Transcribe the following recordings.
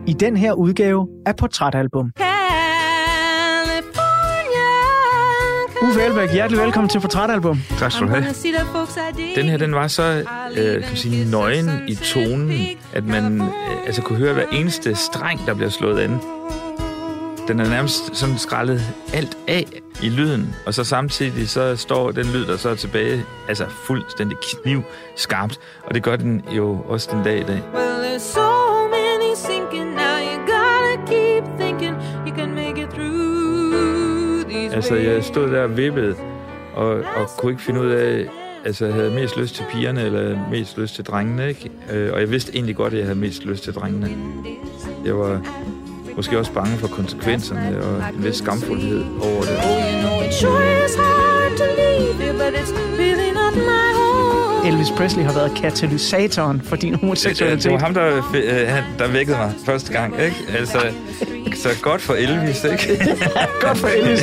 i den her udgave af Portrætalbum. Uffe Elbæk, hjertelig velkommen til Portrætalbum. Tak skal du have. Den her, den var så kan man sige, nøgen i tonen, at man kunne høre hver eneste streng, der bliver slået an. Den er nærmest sådan skrællet alt af i lyden, og så samtidig så står den lyd, der så er tilbage, fuldstændig knivskarpt, og det gør den jo også den dag i dag. Jeg stod der og vippede, og kunne ikke finde ud af, jeg havde mest lyst til pigerne, eller mest lyst til drengene, ikke? Og jeg vidste egentlig godt, at jeg havde mest lyst til drengene. Jeg var måske også bange for konsekvenserne, og en vis skamfuldhed over det. Elvis Presley har været katalysatoren for din homoseksualitet. Det var ham, der vækkede mig første gang, ikke? Så godt for Elvis, ikke? Godt for Elvis.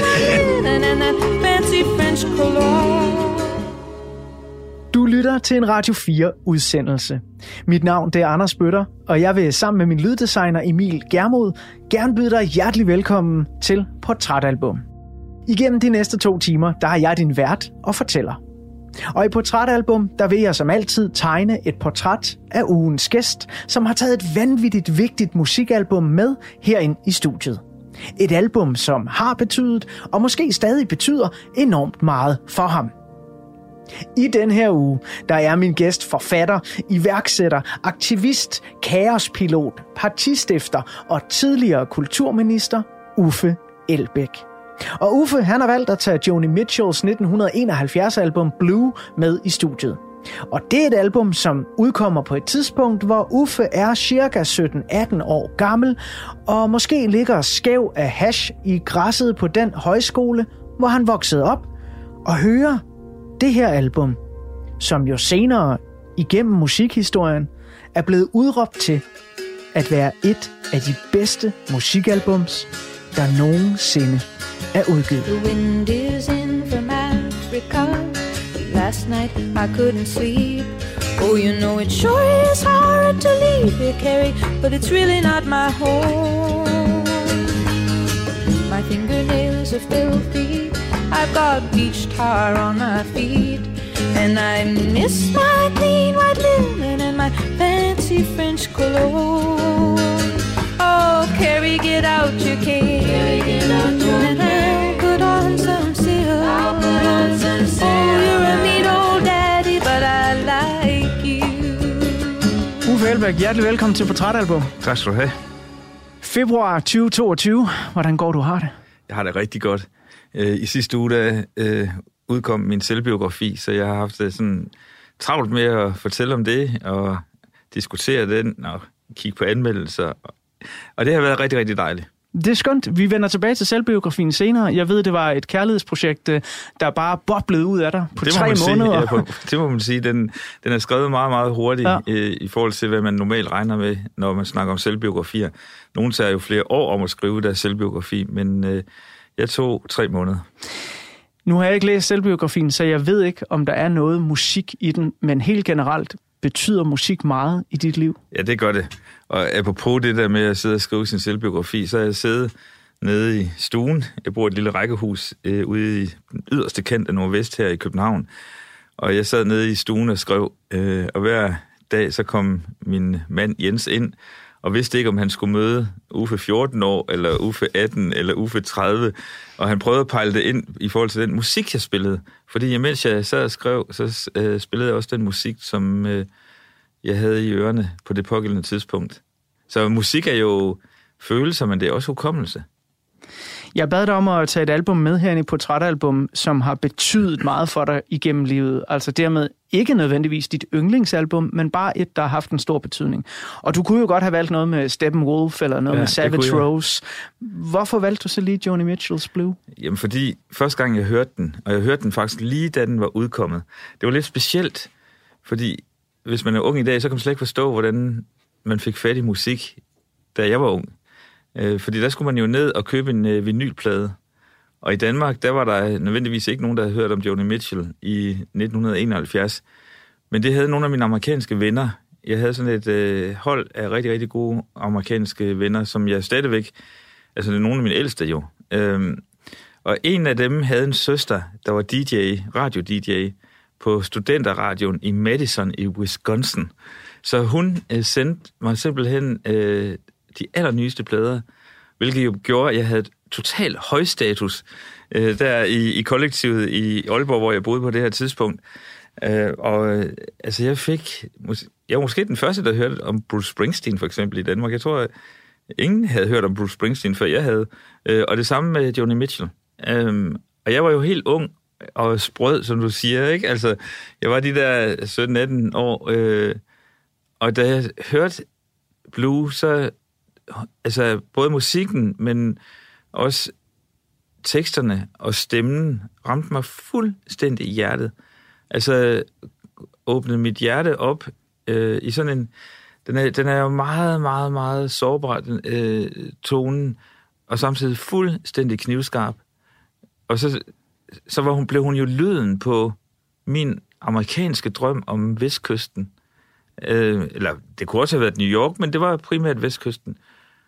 Du lytter til en Radio 4-udsendelse. Mit navn det er Anders Bøtter, og jeg vil sammen med min lyddesigner Emil Germod gerne byde dig hjertelig velkommen til Portrætalbum. Igennem de næste 2 timer, der er jeg din vært og fortæller. Og i Portrætalbum, der vil jeg som altid tegne et portræt af ugens gæst, som har taget et vanvittigt vigtigt musikalbum med herind i studiet. Et album, som har betydet, og måske stadig betyder, enormt meget for ham. I den her uge, der er min gæst forfatter, iværksætter, aktivist, kaospilot, partistifter og tidligere kulturminister Uffe Elbæk. Og Uffe, han har valgt at tage Joni Mitchells 1971-album Blue med i studiet. Og det er et album, som udkommer på et tidspunkt, hvor Uffe er cirka 17-18 år gammel, og måske ligger skæv af hash i græsset på den højskole, hvor han voksede op, og hører det her album, som jo senere igennem musikhistorien er blevet udråbt til at være et af de bedste musikalbums, der nogensinde er udgivet. The wind is in from Africa. Last night I couldn't sleep. Oh, you know it sure is hard to leave here, Carrie, but it's really not my home. My fingernails are filthy. I've got beach tar on my feet, and I miss my clean white linen and my fancy French cologne. Oh, Carrie, get out your cane, and I'll put on some silk. Oh, you're a mean old daddy, but I like you. Uffe Elbæk, hjertelig velkommen til Portrætalbum. Tak skal du have. Februar 2022. Hvordan går du har det? Jeg har det rigtig godt. I sidste uge, der udkom min selvbiografi, så jeg har haft det sådan travlt med at fortælle om det, og diskutere den, og kigge på anmeldelser. Og det har været rigtig, rigtig dejligt. Det er skønt. Vi vender tilbage til selvbiografien senere. Jeg ved, det var et kærlighedsprojekt, der bare boblede ud af dig på 3 måneder. Det må man sige. Den er skrevet meget, meget hurtigt i forhold til, hvad man normalt regner med, når man snakker om selvbiografier. Nogle tager jo flere år om at skrive deres selvbiografi, men jeg tog 3 måneder. Nu har jeg ikke læst selvbiografien, så jeg ved ikke, om der er noget musik i den, men helt generelt betyder musik meget i dit liv? Ja, det gør det. Og apropos det der med at sidde og skrive sin selvbiografi, så har jeg siddet nede i stuen. Jeg bor i et lille rækkehus ude i den yderste kant af Nordvest her i København. Og jeg sad nede i stuen og skrev, og hver dag så kom min mand Jens ind, og vidste ikke, om han skulle møde Uffe 14 år, eller Uffe 18, eller Uffe 30. Og han prøvede at pejle det ind i forhold til den musik, jeg spillede. Fordi mens jeg sad og skrev, så spillede jeg også den musik, som jeg havde i ørerne på det pågældende tidspunkt. Så musik er jo følelser, men det er også hukommelse. Jeg bad dig om at tage et album med herinde i Portrætalbum, som har betydet meget for dig igennem livet. Altså dermed ikke nødvendigvis dit yndlingsalbum, men bare et, der har haft en stor betydning. Og du kunne jo godt have valgt noget med Steppenwolf eller noget med Savage Rose. Hvorfor valgte du så lige Joni Mitchells Blue? Jamen fordi første gang jeg hørte den, og jeg hørte den faktisk lige da den var udkommet, det var lidt specielt, fordi hvis man er ung i dag, så kan man slet ikke forstå, hvordan man fik fat i musik, da jeg var ung. Fordi der skulle man jo ned og købe en vinylplade. Og i Danmark, der var der nødvendigvis ikke nogen, der havde hørt om Joni Mitchell i 1971. Men det havde nogle af mine amerikanske venner Jeg havde sådan et hold af rigtig, rigtig gode amerikanske venner, som jeg stadigvæk... Altså, det er nogle af mine ældste jo. Og en af dem havde en søster, der var DJ, radio-DJ, på studenterradioen i Madison i Wisconsin. Så hun sendte mig simpelthen de allernyeste plader, hvilket jo gjorde, at jeg havde total højstatus der i kollektivet i Aalborg, hvor jeg boede på det her tidspunkt. Altså jeg var måske den første, der hørte om Bruce Springsteen for eksempel i Danmark. Jeg tror, ingen havde hørt om Bruce Springsteen, før jeg havde. Og det samme med Joni Mitchell. Og jeg var jo helt ung og sprød, som du siger, ikke? Altså, jeg var de der 17-18 år, og da jeg hørte blues, så altså både musikken, men også teksterne og stemmen ramte mig fuldstændig i hjertet. Altså åbnede mit hjerte op i sådan en... Den er jo meget, meget, meget sårbar, tonen, og samtidig fuldstændig knivskarp. Og så blev hun jo lyden på min amerikanske drøm om Vestkysten. Eller det kunne også have været New York, men det var primært Vestkysten.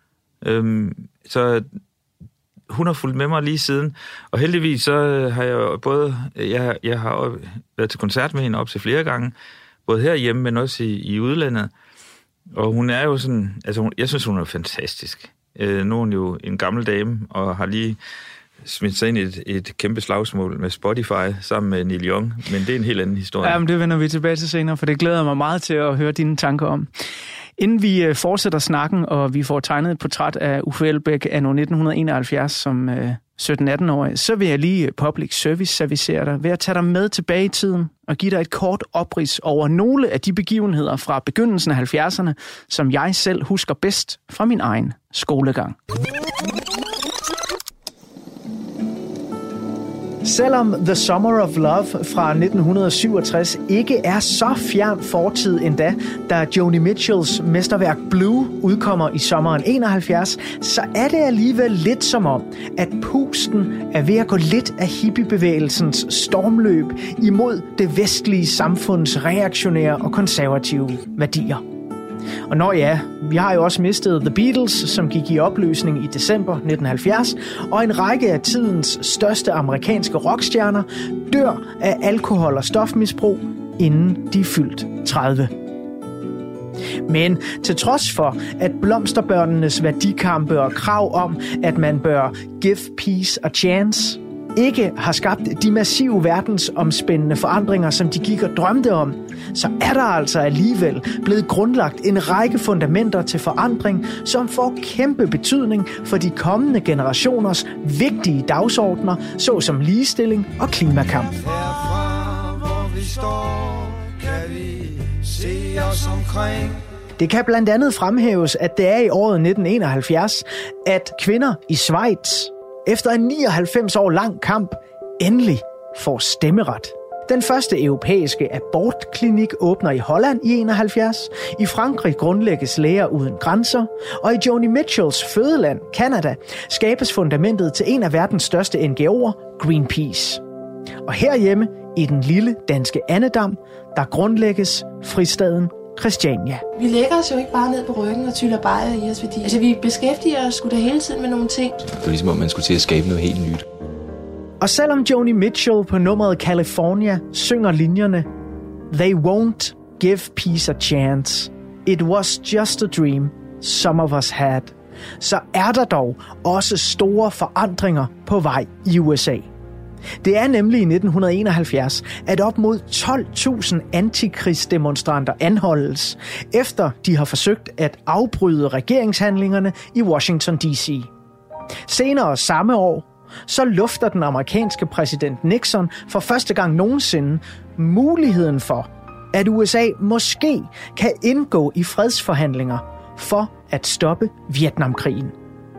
Så hun har fulgt med mig lige siden. Og heldigvis så har jeg jo både... Jeg har været til koncert med hende op til flere gange, både herhjemme, men også i udlandet. Og hun er jo sådan... Altså, jeg synes, hun er fantastisk. Nu er hun jo en gammel dame, og har lige smidt sig ind i et kæmpe slagsmål med Spotify sammen med Neil Young, men det er en helt anden historie. Ja, men det vender vi tilbage til senere, for det glæder mig meget til at høre dine tanker om. Inden vi fortsætter snakken, og vi får tegnet et portræt af Uffe Elbæk anno 1971 som 17-18-årig, så vil jeg lige public service servicere dig ved at tage dig med tilbage i tiden og give dig et kort oprids over nogle af de begivenheder fra begyndelsen af 70'erne, som jeg selv husker bedst fra min egen skolegang. Selvom The Summer of Love fra 1967 ikke er så fjern fortid endda, da Joni Mitchells mesterværk Blue udkommer i sommeren 71, så er det alligevel lidt som om, at pusten er ved at gå lidt af hippiebevægelsens stormløb imod det vestlige samfunds reaktionære og konservative værdier. Og når ja, vi har jo også mistet The Beatles, som gik i opløsning i december 1970, og en række af tidens største amerikanske rockstjerner dør af alkohol- og stofmisbrug, inden de er fyldt 30. Men til trods for, at blomsterbørnenes værdikampe og krav om, at man bør give peace a chance, ikke har skabt de massive verdensomspændende forandringer, som de gik og drømte om, så er der altså alligevel blevet grundlagt en række fundamenter til forandring, som får kæmpe betydning for de kommende generationers vigtige dagsordner, såsom ligestilling og klimakamp. Herfra, hvor vi står, kan vi se os omkring. Det kan blandt andet fremhæves, at det er i året 1971, at kvinder i Schweiz efter en 99 år lang kamp endelig får stemmeret. Den første europæiske abortklinik åbner i Holland i 71. I Frankrig grundlægges Læger uden grænser. Og i Joni Mitchells fødeland, Canada, skabes fundamentet til en af verdens største NGO'er, Greenpeace. Og herhjemme i den lille danske Annedam, der grundlægges fristaden Christiania. Vi lægger os jo ikke bare ned på ryggen og tyller bajer i os værdier. Altså, vi beskæftiger os sgu da hele tiden med nogle ting. Det var ligesom, om man skulle til at skabe noget helt nyt. Og selvom Joni Mitchell på nummeret California synger linjerne They won't give peace a chance. It was just a dream some of us had. Så er der dog også store forandringer på vej i USA. Det er nemlig i 1971, at op mod 12.000 antikrigsdemonstranter anholdes, efter de har forsøgt at afbryde regeringshandlingerne i Washington D.C. Senere samme år, så lufter den amerikanske præsident Nixon for første gang nogensinde muligheden for, at USA måske kan indgå i fredsforhandlinger for at stoppe Vietnamkrigen.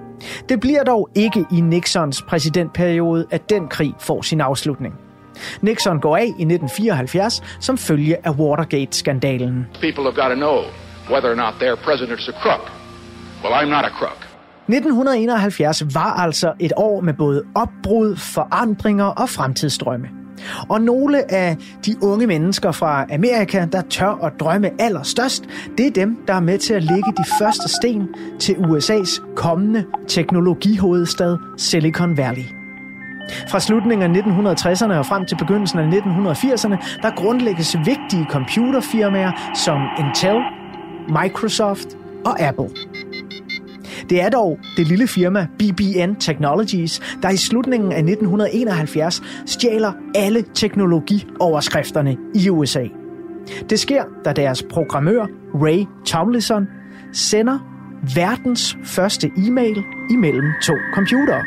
Det bliver dog ikke i Nixons præsidentperiode, at den krig får sin afslutning. Nixon går af i 1974 som følge af Watergate-skandalen. People have got to know whether or not their president's a crook. Well, I'm not a crook. 1971 var altså et år med både opbrud, forandringer og fremtidsdrømme. Og nogle af de unge mennesker fra Amerika, der tør at drømme allerstørst, det er dem, der er med til at lægge de første sten til USA's kommende teknologihovedstad Silicon Valley. Fra slutningen af 1960'erne og frem til begyndelsen af 1980'erne, der grundlægges vigtige computerfirmaer som Intel, Microsoft og Apple. Det er dog det lille firma BBN Technologies, der i slutningen af 1971 stjæler alle teknologioverskrifterne i USA. Det sker, da deres programmør Ray Tomlinson sender verdens første e-mail imellem to computere.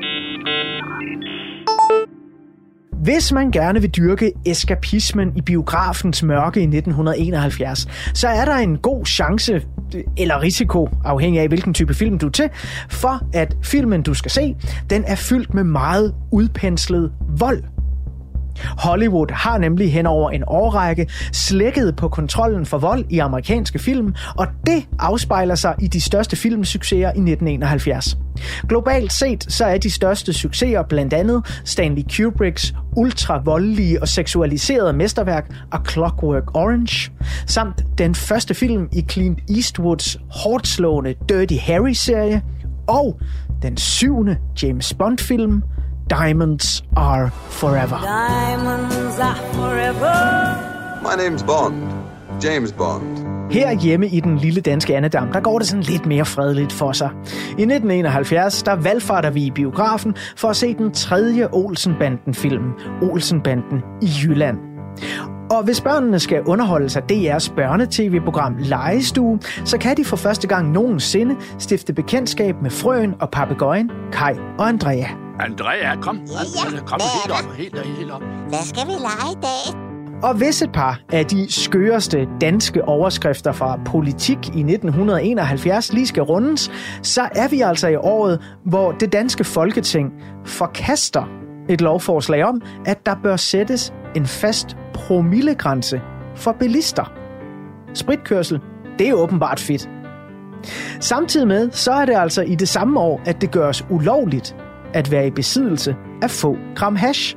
Hvis man gerne vil dyrke eskapismen i biografens mørke i 1971, så er der en god chance, eller risiko, afhængig af hvilken type film du er til, for at filmen du skal se, den er fyldt med meget udpenslet vold. Hollywood har nemlig hen over en årrække slækket på kontrollen for vold i amerikanske film, og det afspejler sig i de største filmsucceser i 1971. Globalt set så er de største succeser blandt andet Stanley Kubricks ultravoldelige og seksualiserede mesterværk A Clockwork Orange, samt den første film i Clint Eastwoods hårdtslående Dirty Harry-serie, og den 7. James Bond-film Diamonds Are Forever. Diamonds are forever. My name's Bond. James Bond. Her hjemme i den lille danske Annedam, der går det sådan lidt mere fredeligt for sig. I 1971, der valgfarter vi i biografen for at se den 3. Olsenbanden-film, Olsenbanden i Jylland. Og hvis børnene skal underholde sig DR's børnetv-program Legestue, så kan de for første gang nogensinde stifte bekendtskab med frøen og papegøjen Kai og Andrea. Andrea, kom. Kom helt op. Hvad skal vi lege i dag? Og hvis et par af de skøreste danske overskrifter fra politik i 1971 lige skal rundes, så er vi altså i året, hvor det danske Folketing forkaster et lovforslag om, at der bør sættes en fast promillegrænse for bilister. Spritkørsel, det er åbenbart fedt. Samtidig med, så er det altså i det samme år, at det gøres ulovligt at være i besiddelse af få gram hash.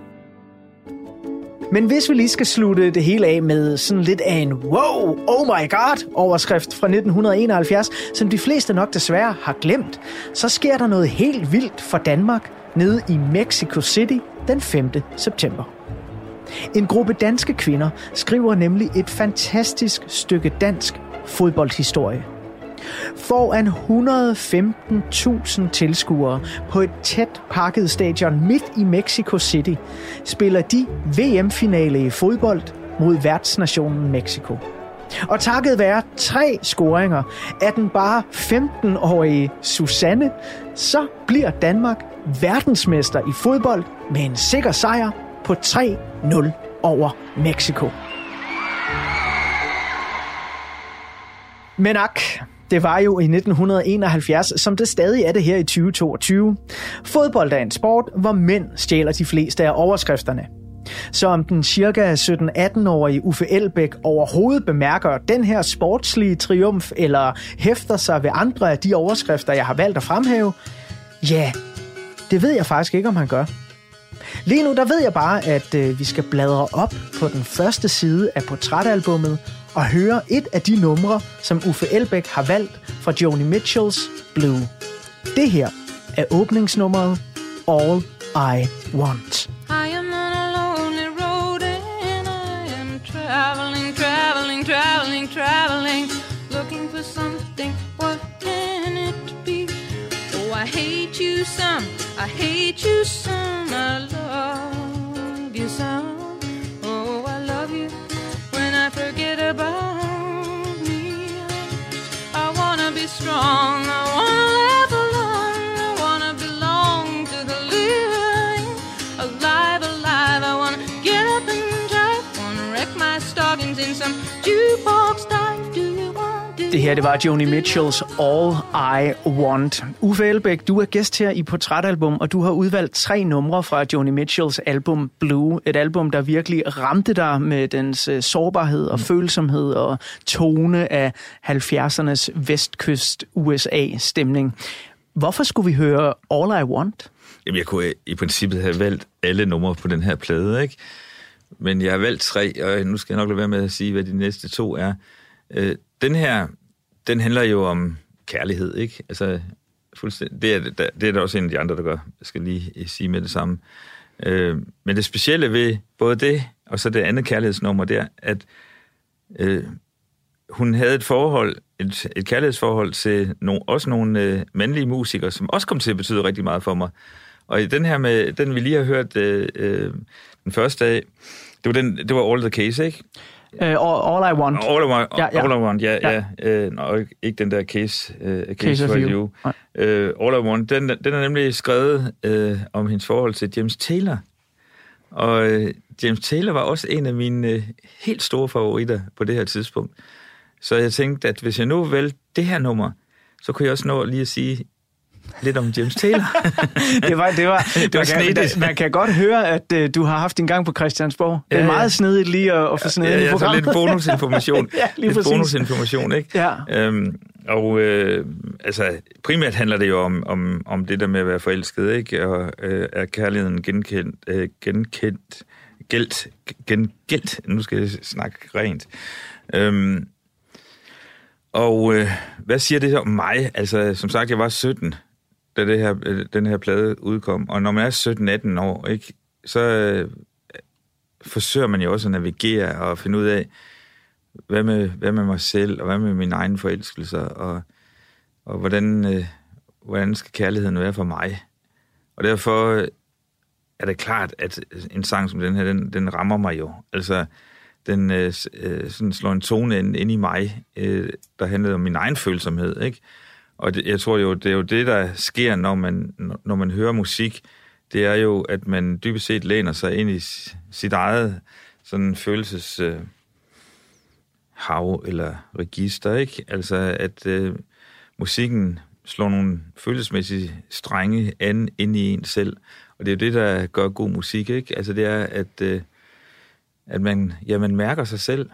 Men hvis vi lige skal slutte det hele af med sådan lidt af en wow, oh my god overskrift fra 1971, som de fleste nok desværre har glemt, så sker der noget helt vildt for Danmark nede i Mexico City den 5. september. En gruppe danske kvinder skriver nemlig et fantastisk stykke dansk fodboldhistorie. Foran 115.000 tilskuere på et tæt pakket stadion midt i Mexico City spiller de VM-finale i fodbold mod værtsnationen Mexico. Og takket være 3 scoringer af den bare 15-årige Susanne, så bliver Danmark verdensmester i fodbold med en sikker sejr på 3-0 over Mexico. Men det var jo i 1971, som det stadig er det her i 2022. Fodbold er en sport, hvor mænd stjæler de fleste af overskrifterne. Så om den cirka 17-18-årige Uffe Elbæk overhovedet bemærker den her sportslige triumf, eller hæfter sig ved andre af de overskrifter, jeg har valgt at fremhæve, ja, det ved jeg faktisk ikke, om han gør. Lige nu der ved jeg bare, at vi skal bladre op på den første side af portrætalbummet og høre et af de numre, som Uffe Elbæk har valgt fra Joni Mitchells Blue. Det her er åbningsnummeret All I Want. I am on a lonely road and I am traveling, traveling, traveling, traveling, looking for something. What can it be? Oh, I hate you some, I hate you some, I love you some. Oh, I love you when I forget about me. I wanna be strong, I wanna laugh along, I wanna belong to the living. Alive, alive, I wanna get up and drive, wanna wreck my stockings in some jukebox dive. Do you want to? Det her, det var Joni Mitchells All I Want. Uffe Elbæk, du er gæst her i Portrætalbum, og du har udvalgt 3 numre fra Joni Mitchells album Blue. Et album, der virkelig ramte dig med dens sårbarhed og følsomhed og tone af 70'ernes vestkyst USA-stemning. Hvorfor skulle vi høre All I Want? Jamen, jeg kunne i princippet have valgt alle numre på den her plade, ikke? Men jeg har valgt 3, og nu skal jeg nok lade være med at sige, hvad de næste 2 er. Den her, den handler jo om kærlighed, ikke? Altså, fuldstændig. Det er der også en af de andre, der gør. Jeg skal lige sige med det samme. Men det specielle ved både det, og så det andet kærlighedsnummer der, at hun havde et kærlighedsforhold til også nogle mandlige musikere, som også kom til at betyde rigtig meget for mig. Og i den her med, den vi lige har hørt den første dag, det var All the Case, ikke? All I Want. All I Want, ja. Og ikke den der Case for You. All I Want, den er nemlig skrevet om hendes forhold til James Taylor. Og James Taylor var også en af mine helt store favoritter på det her tidspunkt. Så jeg tænkte, at hvis jeg nu valgte det her nummer, så kunne jeg også nå lige at sige lidt om James Taylor. det var snedigt. Man kan godt høre, at du har haft en gang på Christiansborg. Det er meget snedigt lige at få snedigt i programmet. Ja, så lidt bonusinformation. Lidt bonusinformation, ikke? Ja. Altså, primært handler det jo om det der med at være forelsket, ikke? Og er kærligheden gengældt. Nu skal jeg snakke rent. Hvad siger det om mig? Altså, som sagt, jeg var 17, da den her plade udkom. Og når man er 17-18 år, ikke, så forsøger man jo også at navigere og finde ud af, hvad med mig selv, og hvad med mine egne forelskelser, og hvordan skal kærligheden være for mig? Og derfor er det klart, at en sang som den her, den rammer mig jo. Altså, den sådan slår en tone ind i mig, der handler om min egen følsomhed, ikke? Og jeg tror jo, det er jo det, der sker, når man hører musik. Det er jo, at man dybest set læner sig ind i sit eget sådan følelseshav eller register, ikke? Altså, at musikken slår nogle følelsesmæssige strenge an ind i en selv. Og det er jo det, der gør god musik, ikke? Altså, det er, at man mærker sig selv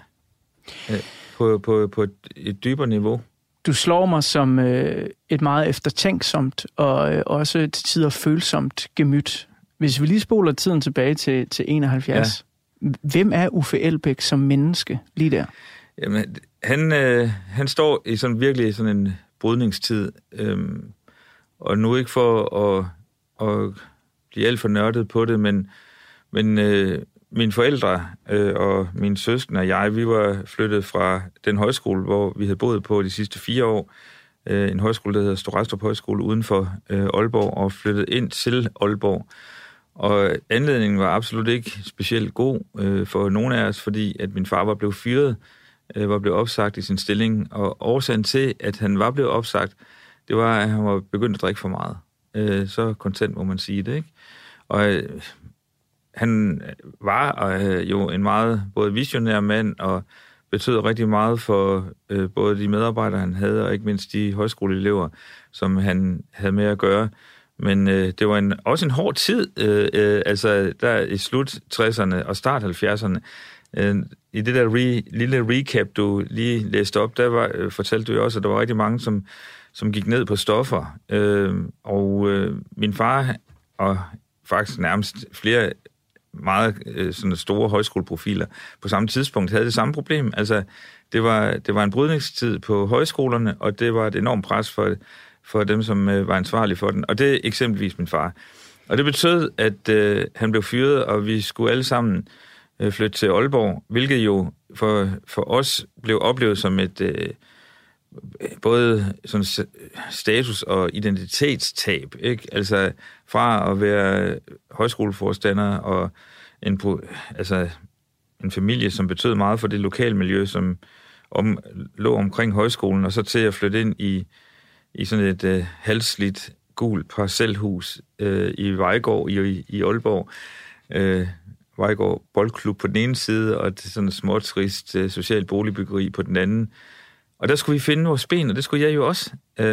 på et dybere niveau. Du slår mig som et meget eftertænksomt og også til tider følsomt gemyt. Hvis vi lige spoler tiden tilbage til 71. Ja. Hvem er Uffe Elbæk som menneske lige der? Jamen, han står i sådan virkelig sådan en brydningstid. Og nu ikke for at blive alt for nørdet på det, men mine forældre og min søsken og jeg, vi var flyttet fra den højskole, hvor vi havde boet på de sidste 4 år. En højskole, der hedder Storastrup Højskole uden for Aalborg, og flyttet ind til Aalborg. Og anledningen var absolut ikke specielt god for nogen af os, fordi at min far var blevet fyret, var blevet opsagt i sin stilling. Og årsagen til, at han var blevet opsagt, det var, at han var begyndt at drikke for meget. Så kontant må man sige det, ikke? Og han var jo en meget både visionær mand, og betød rigtig meget for både de medarbejdere, han havde, og ikke mindst de højskoleelever, som han havde med at gøre. Men det var også en hård tid, altså der i slut 60'erne og start 70'erne. I det der lille recap, du lige læste op, der fortalte du jo også, at der var rigtig mange, som gik ned på stoffer. Min far, og faktisk nærmest flere meget sådan store højskoleprofiler på samme tidspunkt havde det samme problem. Altså, det var en brydningstid på højskolerne, og det var et enormt pres for dem, som var ansvarlige for den. Og det er eksempelvis min far. Og det betød, at han blev fyret, og vi skulle alle sammen flytte til Aalborg, hvilket jo for os blev oplevet som et både sådan status- og identitetstab, ikke? Altså fra at være højskoleforstander og en familie, som betød meget for det lokalmiljø, som lå omkring højskolen, og så til at flytte ind i sådan et halvslidt gult parcelhus i Vejgaard i Aalborg. Vejgaard Boldklub på den ene side, og sådan et småtrist socialt boligbyggeri på den anden. Og der skulle vi finde vores ben, og det skulle jeg jo også.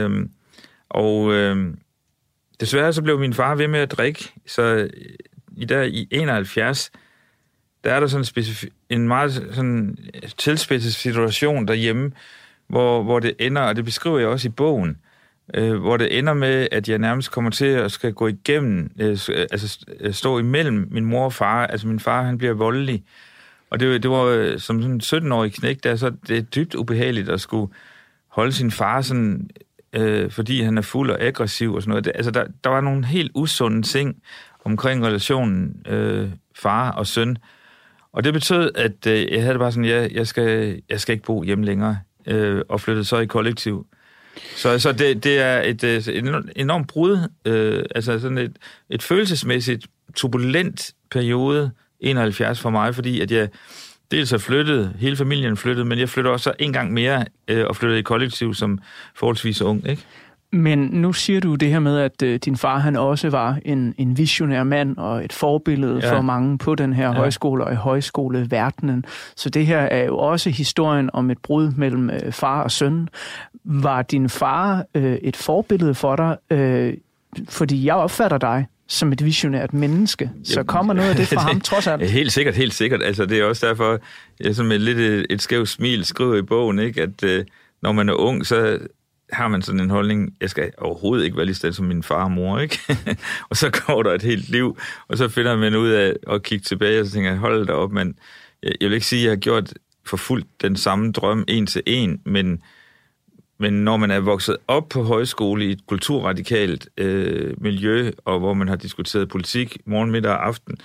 Desværre så blev min far ved med at drikke, så i 71, der er der sådan en meget sådan tilspidset situation derhjemme, hvor det ender, og det beskriver jeg også i bogen, hvor det ender med, at jeg nærmest kommer til at skal gå igennem, stå imellem min mor og far. Altså min far, han bliver voldelig. Og det var som sådan en 17-årig knægt, så det er dybt ubehageligt at skulle holde sin far sådan, fordi han er fuld og aggressiv og sådan noget. Altså der var nogle helt usunde ting omkring relationen far og søn. Og det betød, at jeg havde det bare sådan, jeg skal ikke bo hjemme længere, og flyttede så i kollektiv. Så det er et enormt brud, altså sådan et følelsesmæssigt turbulent periode, 71 for mig, fordi at jeg dels har flyttet, hele familien flyttede, men jeg flyttede også en gang mere og flyttede i kollektiv som forholdsvis ung, ikke? Men nu siger du det her med, at din far han også var en visionær mand og et forbillede for mange på den her højskole og i højskoleverdenen. Så det her er jo også historien om et brud mellem far og søn. Var din far et forbillede for dig? Fordi jeg opfatter dig som et visionært menneske. Så kommer noget af det fra ham, trods alt? Helt sikkert. Altså, det er også derfor, jeg som med lidt et skævt smil skriver i bogen, ikke? At når man er ung, så har man sådan en holdning, jeg skal overhovedet ikke være lige stedet som min far og mor, ikke? Og så går der et helt liv, og så finder man ud af at kigge tilbage, og så tænker jeg, hold da op, men jeg vil ikke sige, at jeg har gjort forfulgt den samme drøm en til en, men når man er vokset op på højskole i et kulturradikalt miljø, og hvor man har diskuteret politik morgen, middag og aften,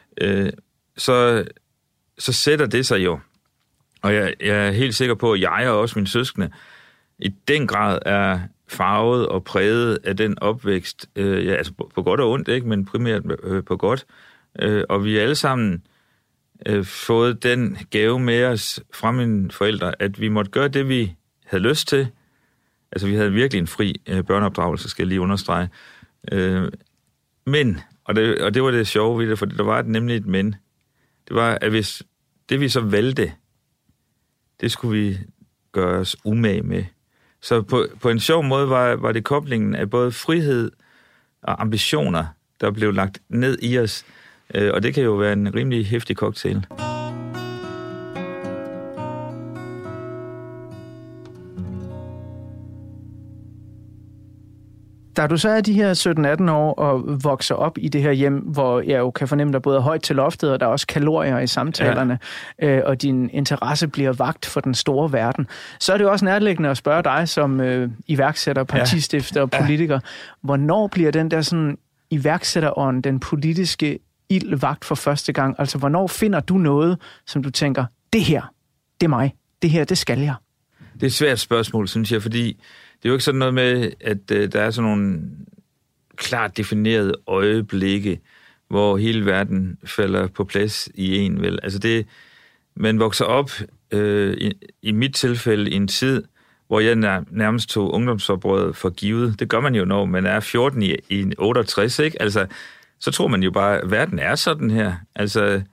så sætter det sig jo. Og jeg er helt sikker på, at jeg og også mine søskende i den grad er farvet og præget af den opvækst, altså på godt og ondt, ikke, men primært på godt. Og vi alle sammen fået den gave med os fra mine forældre, at vi måtte gøre det, vi havde lyst til. Altså, vi havde virkelig en fri børneopdragelse, skal jeg lige understrege. Men, og det var det sjove ved det, for der var nemlig et men. Det var, at hvis det, vi så valgte, det skulle vi gøre os umage med. Så på en sjov måde var det koblingen af både frihed og ambitioner, der blev lagt ned i os. Og det kan jo være en rimelig heftig cocktail. Da du så er de her 17-18 år og vokser op i det her hjem, hvor jeg jo kan fornemme, at der både er højt til loftet, og der er også kalorier i samtalerne, og din interesse bliver vakt for den store verden, så er det jo også nærliggende at spørge dig som iværksætter, partistifter og politiker, hvornår bliver den der sådan iværksætterånd, den politiske ild vagt for første gang? Altså, hvornår finder du noget, som du tænker, det her, det er mig, det her, det skal jeg? Det er et svært spørgsmål, synes jeg, fordi det er jo ikke sådan noget med, at der er sådan nogle klart definerede øjeblikke, hvor hele verden falder på plads i en, vel? Altså man vokser op, i mit tilfælde, i en tid, hvor jeg nærmest tog ungdomsoprøret for givet. Det gør man jo, når man er 14 i 68, ikke? Altså, så tror man jo bare, at verden er sådan her. Altså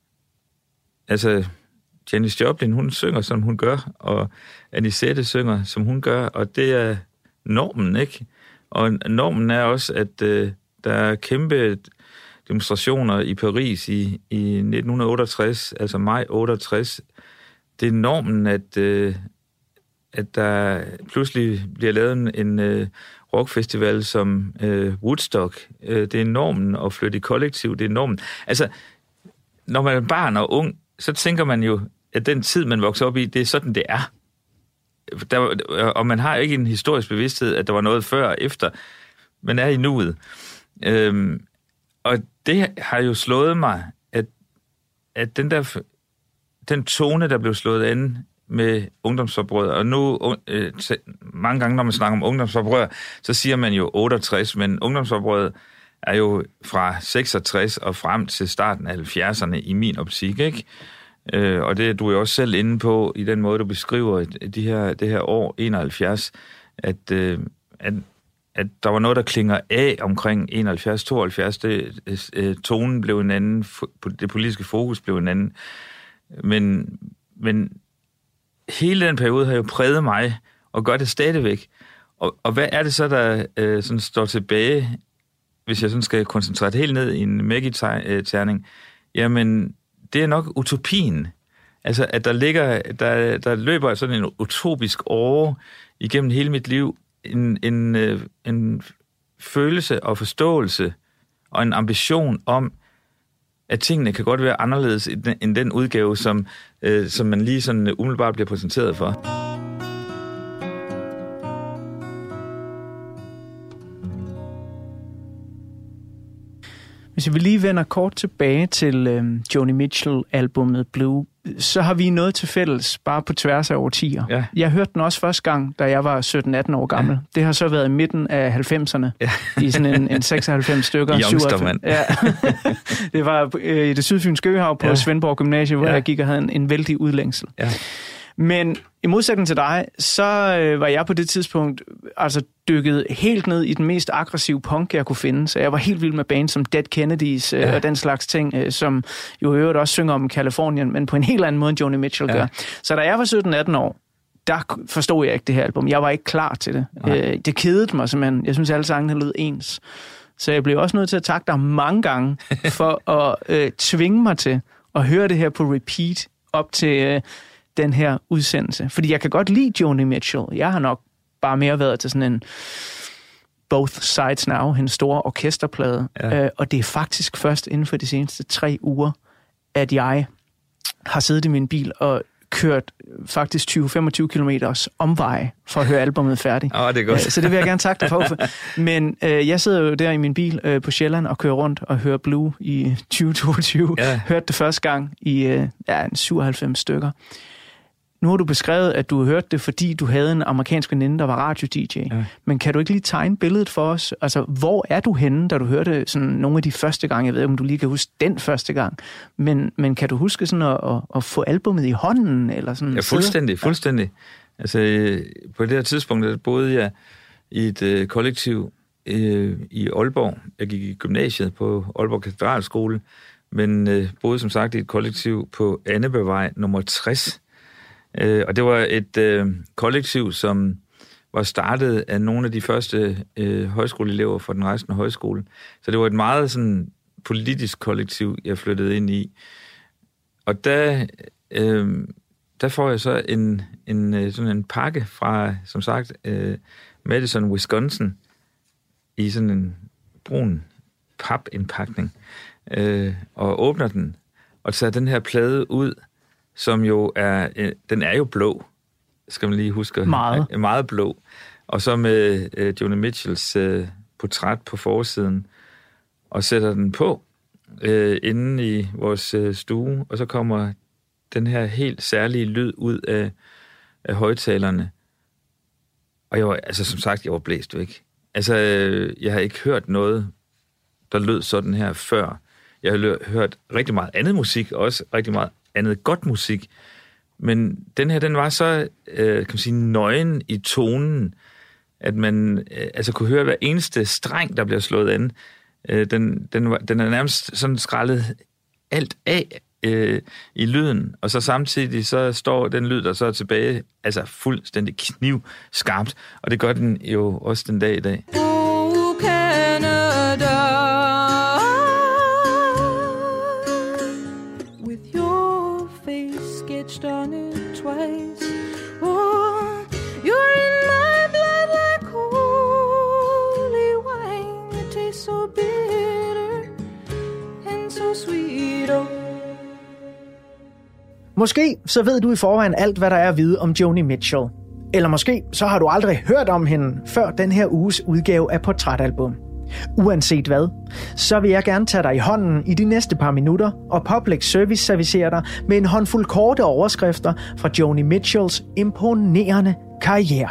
Janis Joplin, hun synger, som hun gør, og Anisette synger, som hun gør, og det er normen, ikke? Og normen er også, at der er kæmpe demonstrationer i Paris i 1968, altså maj 68. Det er normen, at der pludselig bliver lavet en rockfestival som Woodstock. Det er normen at flytte i kollektiv, det er normen. Altså, når man er barn og ung, så tænker man jo, at den tid, man vokser op i, det er sådan, det er. Og man har ikke en historisk bevidsthed, at der var noget før og efter. Man er i nuet. Og det har jo slået mig, at den tone, der blev slået an med ungdomsoprør, og nu mange gange, når man snakker om ungdomsoprør, så siger man jo 68, men ungdomsoprøret er jo fra 66 og frem til starten af 70'erne i min optik, ikke? Og det er du jo også selv inde på i den måde, du beskriver det her år 71, at der var noget, der klinger af omkring 71-72. Tonen blev en anden, det politiske fokus blev en anden. Men hele den periode har jo præget mig, og gør det stadigvæk. Og hvad er det så, der sådan står tilbage, hvis jeg sådan skal koncentrere helt ned i en Maggie-terning? Jamen, det er nok utopien. Altså, at der løber sådan en utopisk åre igennem hele mit liv, en følelse og forståelse og en ambition om, at tingene kan godt være anderledes end den udgave, som man lige sådan umiddelbart bliver præsenteret for. Hvis vi lige vender kort tilbage til Joni Mitchell-albummet Blue, så har vi noget til fælles, bare på tværs af årtier. Ja. Jeg hørte den også første gang, da jeg var 17-18 år gammel. Ja. Det har så været i midten af 90'erne, i sådan en 96 stykker. Youngstermand. Ja. Det var i det sydfynske Øhav på Svendborg Gymnasium, hvor jeg gik og havde en vældig udlængsel. Ja. Men i modsætning til dig, så var jeg på det tidspunkt altså dykket helt ned i den mest aggressive punk, jeg kunne finde. Så jeg var helt vild med bands som Dead Kennedys og den slags ting, som jo i øvrigt også synger om Californien, men på en helt anden måde, end Joni Mitchell gør. Så da jeg var 17-18 år, der forstod jeg ikke det her album. Jeg var ikke klar til det. Det kedede mig simpelthen. Jeg synes, alle sangene lød ens. Så jeg blev også nødt til at takke dig mange gange for at tvinge mig til at høre det her på repeat op til den her udsendelse. Fordi jeg kan godt lide Joni Mitchell. Jeg har nok bare mere været til sådan en Both Sides Now, hendes store orkesterplade. Og det er faktisk først inden for de seneste 3 uger, at jeg har siddet i min bil og kørt faktisk 20-25 kilometers omveje for at høre albumet færdigt. Det er godt. Så det vil jeg gerne takke dig for. Men jeg sidder jo der i min bil på Sjælland og kører rundt og hører Blue i 2022. Hørte det første gang i 97 stykker. Nu har du beskrevet, at du har hørt det, fordi du havde en amerikansk veninde, der var radio-DJ. Ja. Men kan du ikke lige tegne billedet for os? Altså, hvor er du henne, da du hørte sådan nogle af de første gange? Jeg ved ikke, om du lige kan huske den første gang. Men kan du huske sådan at få albummet i hånden? Eller sådan ja, fuldstændig. Altså, på det her tidspunkt der boede jeg i et kollektiv i Aalborg. Jeg gik i gymnasiet på Aalborg Katedralskole, men boede som sagt i et kollektiv på Annebøvej nummer 60. Og det var et kollektiv, som var startet af nogle af de første højskoleelever fra den rejsende højskole. Så det var et meget sådan politisk kollektiv, jeg flyttede ind i. Og der får jeg så sådan en pakke fra, som sagt, Madison, Wisconsin, i sådan en brun papindpakning, og åbner den, og tager den her plade ud, som jo den er jo blå, skal man lige huske. Meget blå. Og så med Joni Mitchells portræt på forsiden, og sætter den på inde i vores stue, og så kommer den her helt særlige lyd ud af højtalerne. Og jeg var, altså som sagt, jeg var blæst væk. Altså, jeg har ikke hørt noget, der lød sådan her før. Jeg har hørt rigtig meget andet musik, også rigtig meget andet godt musik, men den her, den var så, kan man sige, nøgen i tonen, at man altså kunne høre hver eneste streng, der bliver slået an. Den er nærmest sådan skrællet alt af i lyden, og så samtidig så står den lyd, der så er tilbage, altså fuldstændig knivskarpt, og det gør den jo også den dag i dag. Oh, Canada. On it twice. Oh, you're in my blood like holy wine. It tastes so bitter and so sweet. Oh. Måske så ved du i forvejen alt, hvad der er at vide om Joni Mitchell. Eller måske så har du aldrig hørt om hende før den her uges udgave af Portrætalbum. Uanset hvad, så vil jeg gerne tage dig i hånden i de næste par minutter og public service servicere dig med en håndfuld korte overskrifter fra Joni Mitchells imponerende karriere.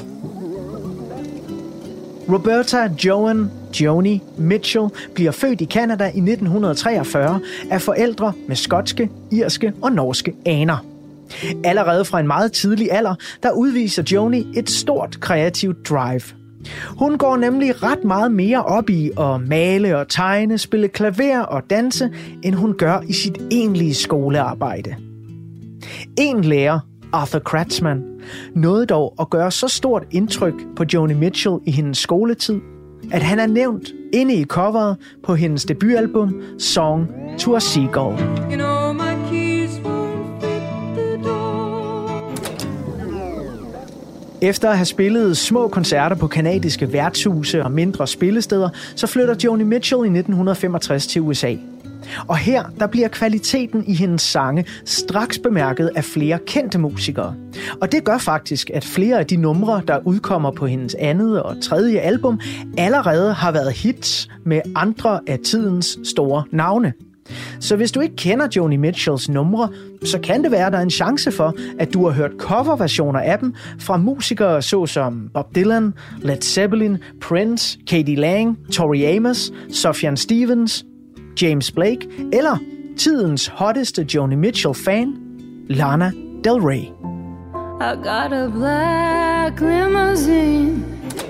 Roberta Joan Joni Mitchell bliver født i Canada i 1943 af forældre med skotske, irske og norske aner. Allerede fra en meget tidlig alder, der udviser Joni et stort kreativt drive. Hun går nemlig ret meget mere op i at male og tegne, spille klaver og danse, end hun gør i sit egentlige skolearbejde. En lærer, Arthur Kratzman, nåede dog at gøre så stort indtryk på Joni Mitchell i hendes skoletid, at han er nævnt inde i coveret på hendes debutalbum Song to a Seagull. You know my keys won't fit the door. Efter at have spillet små koncerter på kanadiske værtshuse og mindre spillesteder, så flytter Joni Mitchell i 1965 til USA. Og her der bliver kvaliteten i hendes sange straks bemærket af flere kendte musikere. Og det gør faktisk, at flere af de numre, der udkommer på hendes andet og tredje album, allerede har været hits med andre af tidens store navne. Så hvis du ikke kender Joni Mitchells numre, så kan det være, at der er en chance for, at du har hørt coverversioner af dem fra musikere såsom Bob Dylan, Led Zeppelin, Prince, K.D. Lang, Tori Amos, Sufjan Stevens, James Blake eller tidens hotteste Joni Mitchell-fan, Lana Del Rey. I got a black limousine.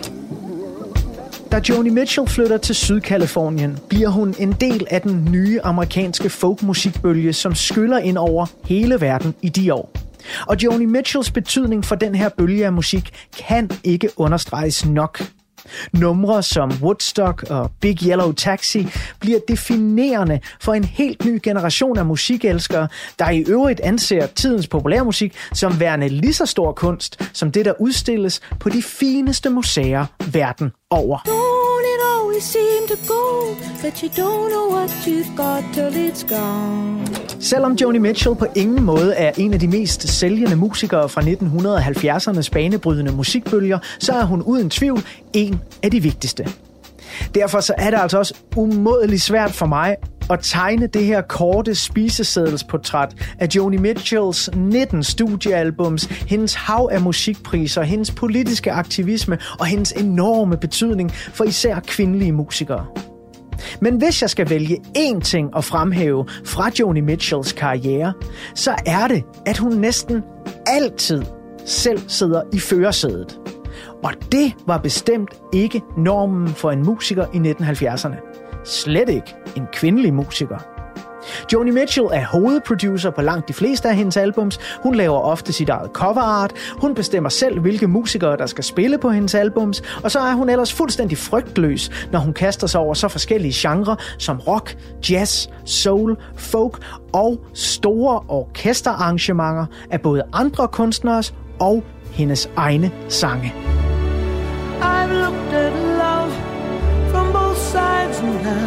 Da Joni Mitchell flytter til Sydkalifornien, bliver hun en del af den nye amerikanske folkmusikbølge, som skyller ind over hele verden i de år. Og Joni Mitchells betydning for den her bølge af musik kan ikke understreges nok. Numre som Woodstock og Big Yellow Taxi bliver definerende for en helt ny generation af musikelskere, der i øvrigt anser tidens populærmusik som værende lige så stor kunst som det, der udstilles på de fineste museer verden over. Don't it always seem to go that you don't know what you've got till it's gone. Selvom Joni Mitchell på ingen måde er en af de mest sælgende musikere fra 1970'ernes banebrydende musikbølger, så er hun uden tvivl en af de vigtigste. Derfor så er det altså også umådeligt svært for mig at tegne det her korte spisesedelsportræt af Joni Mitchells 19 studiealbums, hendes hav af musikpriser, hendes politiske aktivisme og hendes enorme betydning for især kvindelige musikere. Men hvis jeg skal vælge én ting at fremhæve fra Joni Mitchells karriere, så er det, at hun næsten altid selv sidder i førersædet. Og det var bestemt ikke normen for en musiker i 1970'erne. Slet ikke en kvindelig musiker. Joni Mitchell er hovedproducer på langt de fleste af hendes albums. Hun laver ofte sit eget cover art. Hun bestemmer selv, hvilke musikere, der skal spille på hendes albums. Og så er hun ellers fuldstændig frygtløs, når hun kaster sig over så forskellige genrer som rock, jazz, soul, folk og store orkesterarrangementer af både andre kunstneres og hendes egne sange. I've looked at love from both sides now,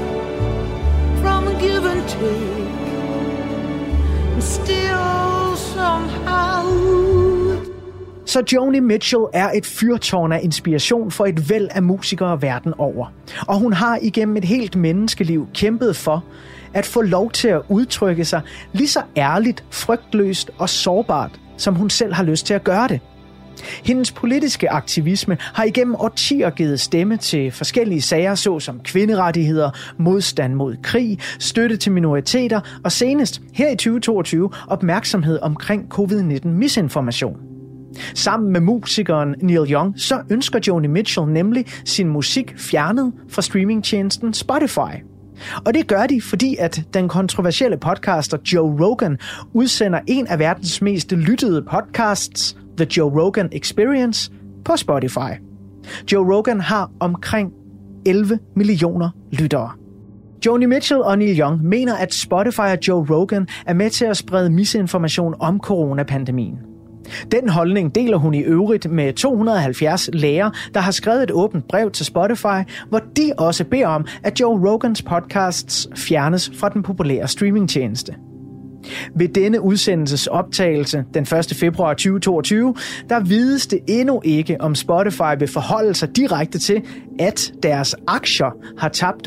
from a give and take, and still somehow. Så Joni Mitchell er et fyrtårn af inspiration for et væld af musikere verden over. Og hun har igennem et helt menneskeliv kæmpet for at få lov til at udtrykke sig lige så ærligt, frygtløst og sårbart, som hun selv har lyst til at gøre det. Hendes politiske aktivisme har igennem årtier givet stemme til forskellige sager, såsom kvinderettigheder, modstand mod krig, støtte til minoriteter og senest her i 2022 opmærksomhed omkring covid-19-misinformation. Sammen med musikeren Neil Young, så ønsker Joni Mitchell nemlig sin musik fjernet fra streamingtjenesten Spotify. Og det gør de, fordi at den kontroversielle podcaster Joe Rogan udsender en af verdens mest lyttede podcasts, The Joe Rogan Experience, på Spotify. Joe Rogan har omkring 11 millioner lyttere. Joni Mitchell og Neil Young mener, at Spotify og Joe Rogan er med til at sprede misinformation om coronapandemien. Den holdning deler hun i øvrigt med 270 læger, der har skrevet et åbent brev til Spotify, hvor de også beder om, at Joe Rogans podcasts fjernes fra den populære streamingtjeneste. Ved denne udsendelses optagelse den 1. februar 2022, der vides det endnu ikke, om Spotify vil forholde sig direkte til, at deres aktier har tabt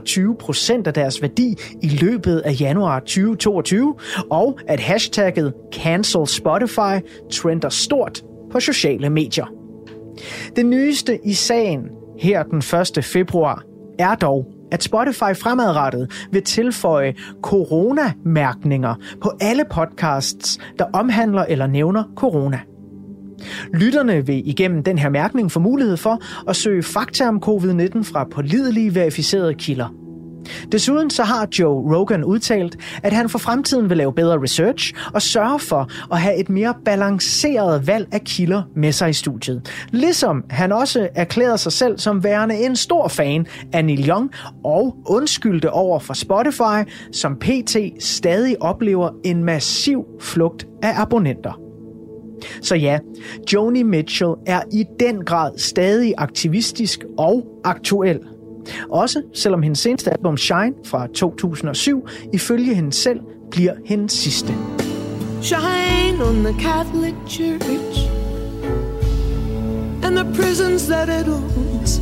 25% af deres værdi i løbet af januar 2022, og at hashtagget Cancel Spotify trender stort på sociale medier. Det nyeste i sagen her den 1. februar er dog, at Spotify fremadrettet vil tilføje coronamærkninger på alle podcasts, der omhandler eller nævner corona. Lytterne vil igennem den her mærkning få mulighed for at søge fakta om covid-19 fra pålidelige verificerede kilder. Desuden så har Joe Rogan udtalt, at han for fremtiden vil lave bedre research og sørge for at have et mere balanceret valg af kilder med sig i studiet. Ligesom han også erklærede sig selv som værende en stor fan af Neil Young og undskyldte over for Spotify, som pt. Stadig oplever en massiv flugt af abonnenter. Så ja, Joni Mitchell er i den grad stadig aktivistisk og aktuel. Også selvom hendes seneste album Shine fra 2007 ifølge hende selv bliver hendes sidste. Shine on the Catholic Church and the prisons that it owns.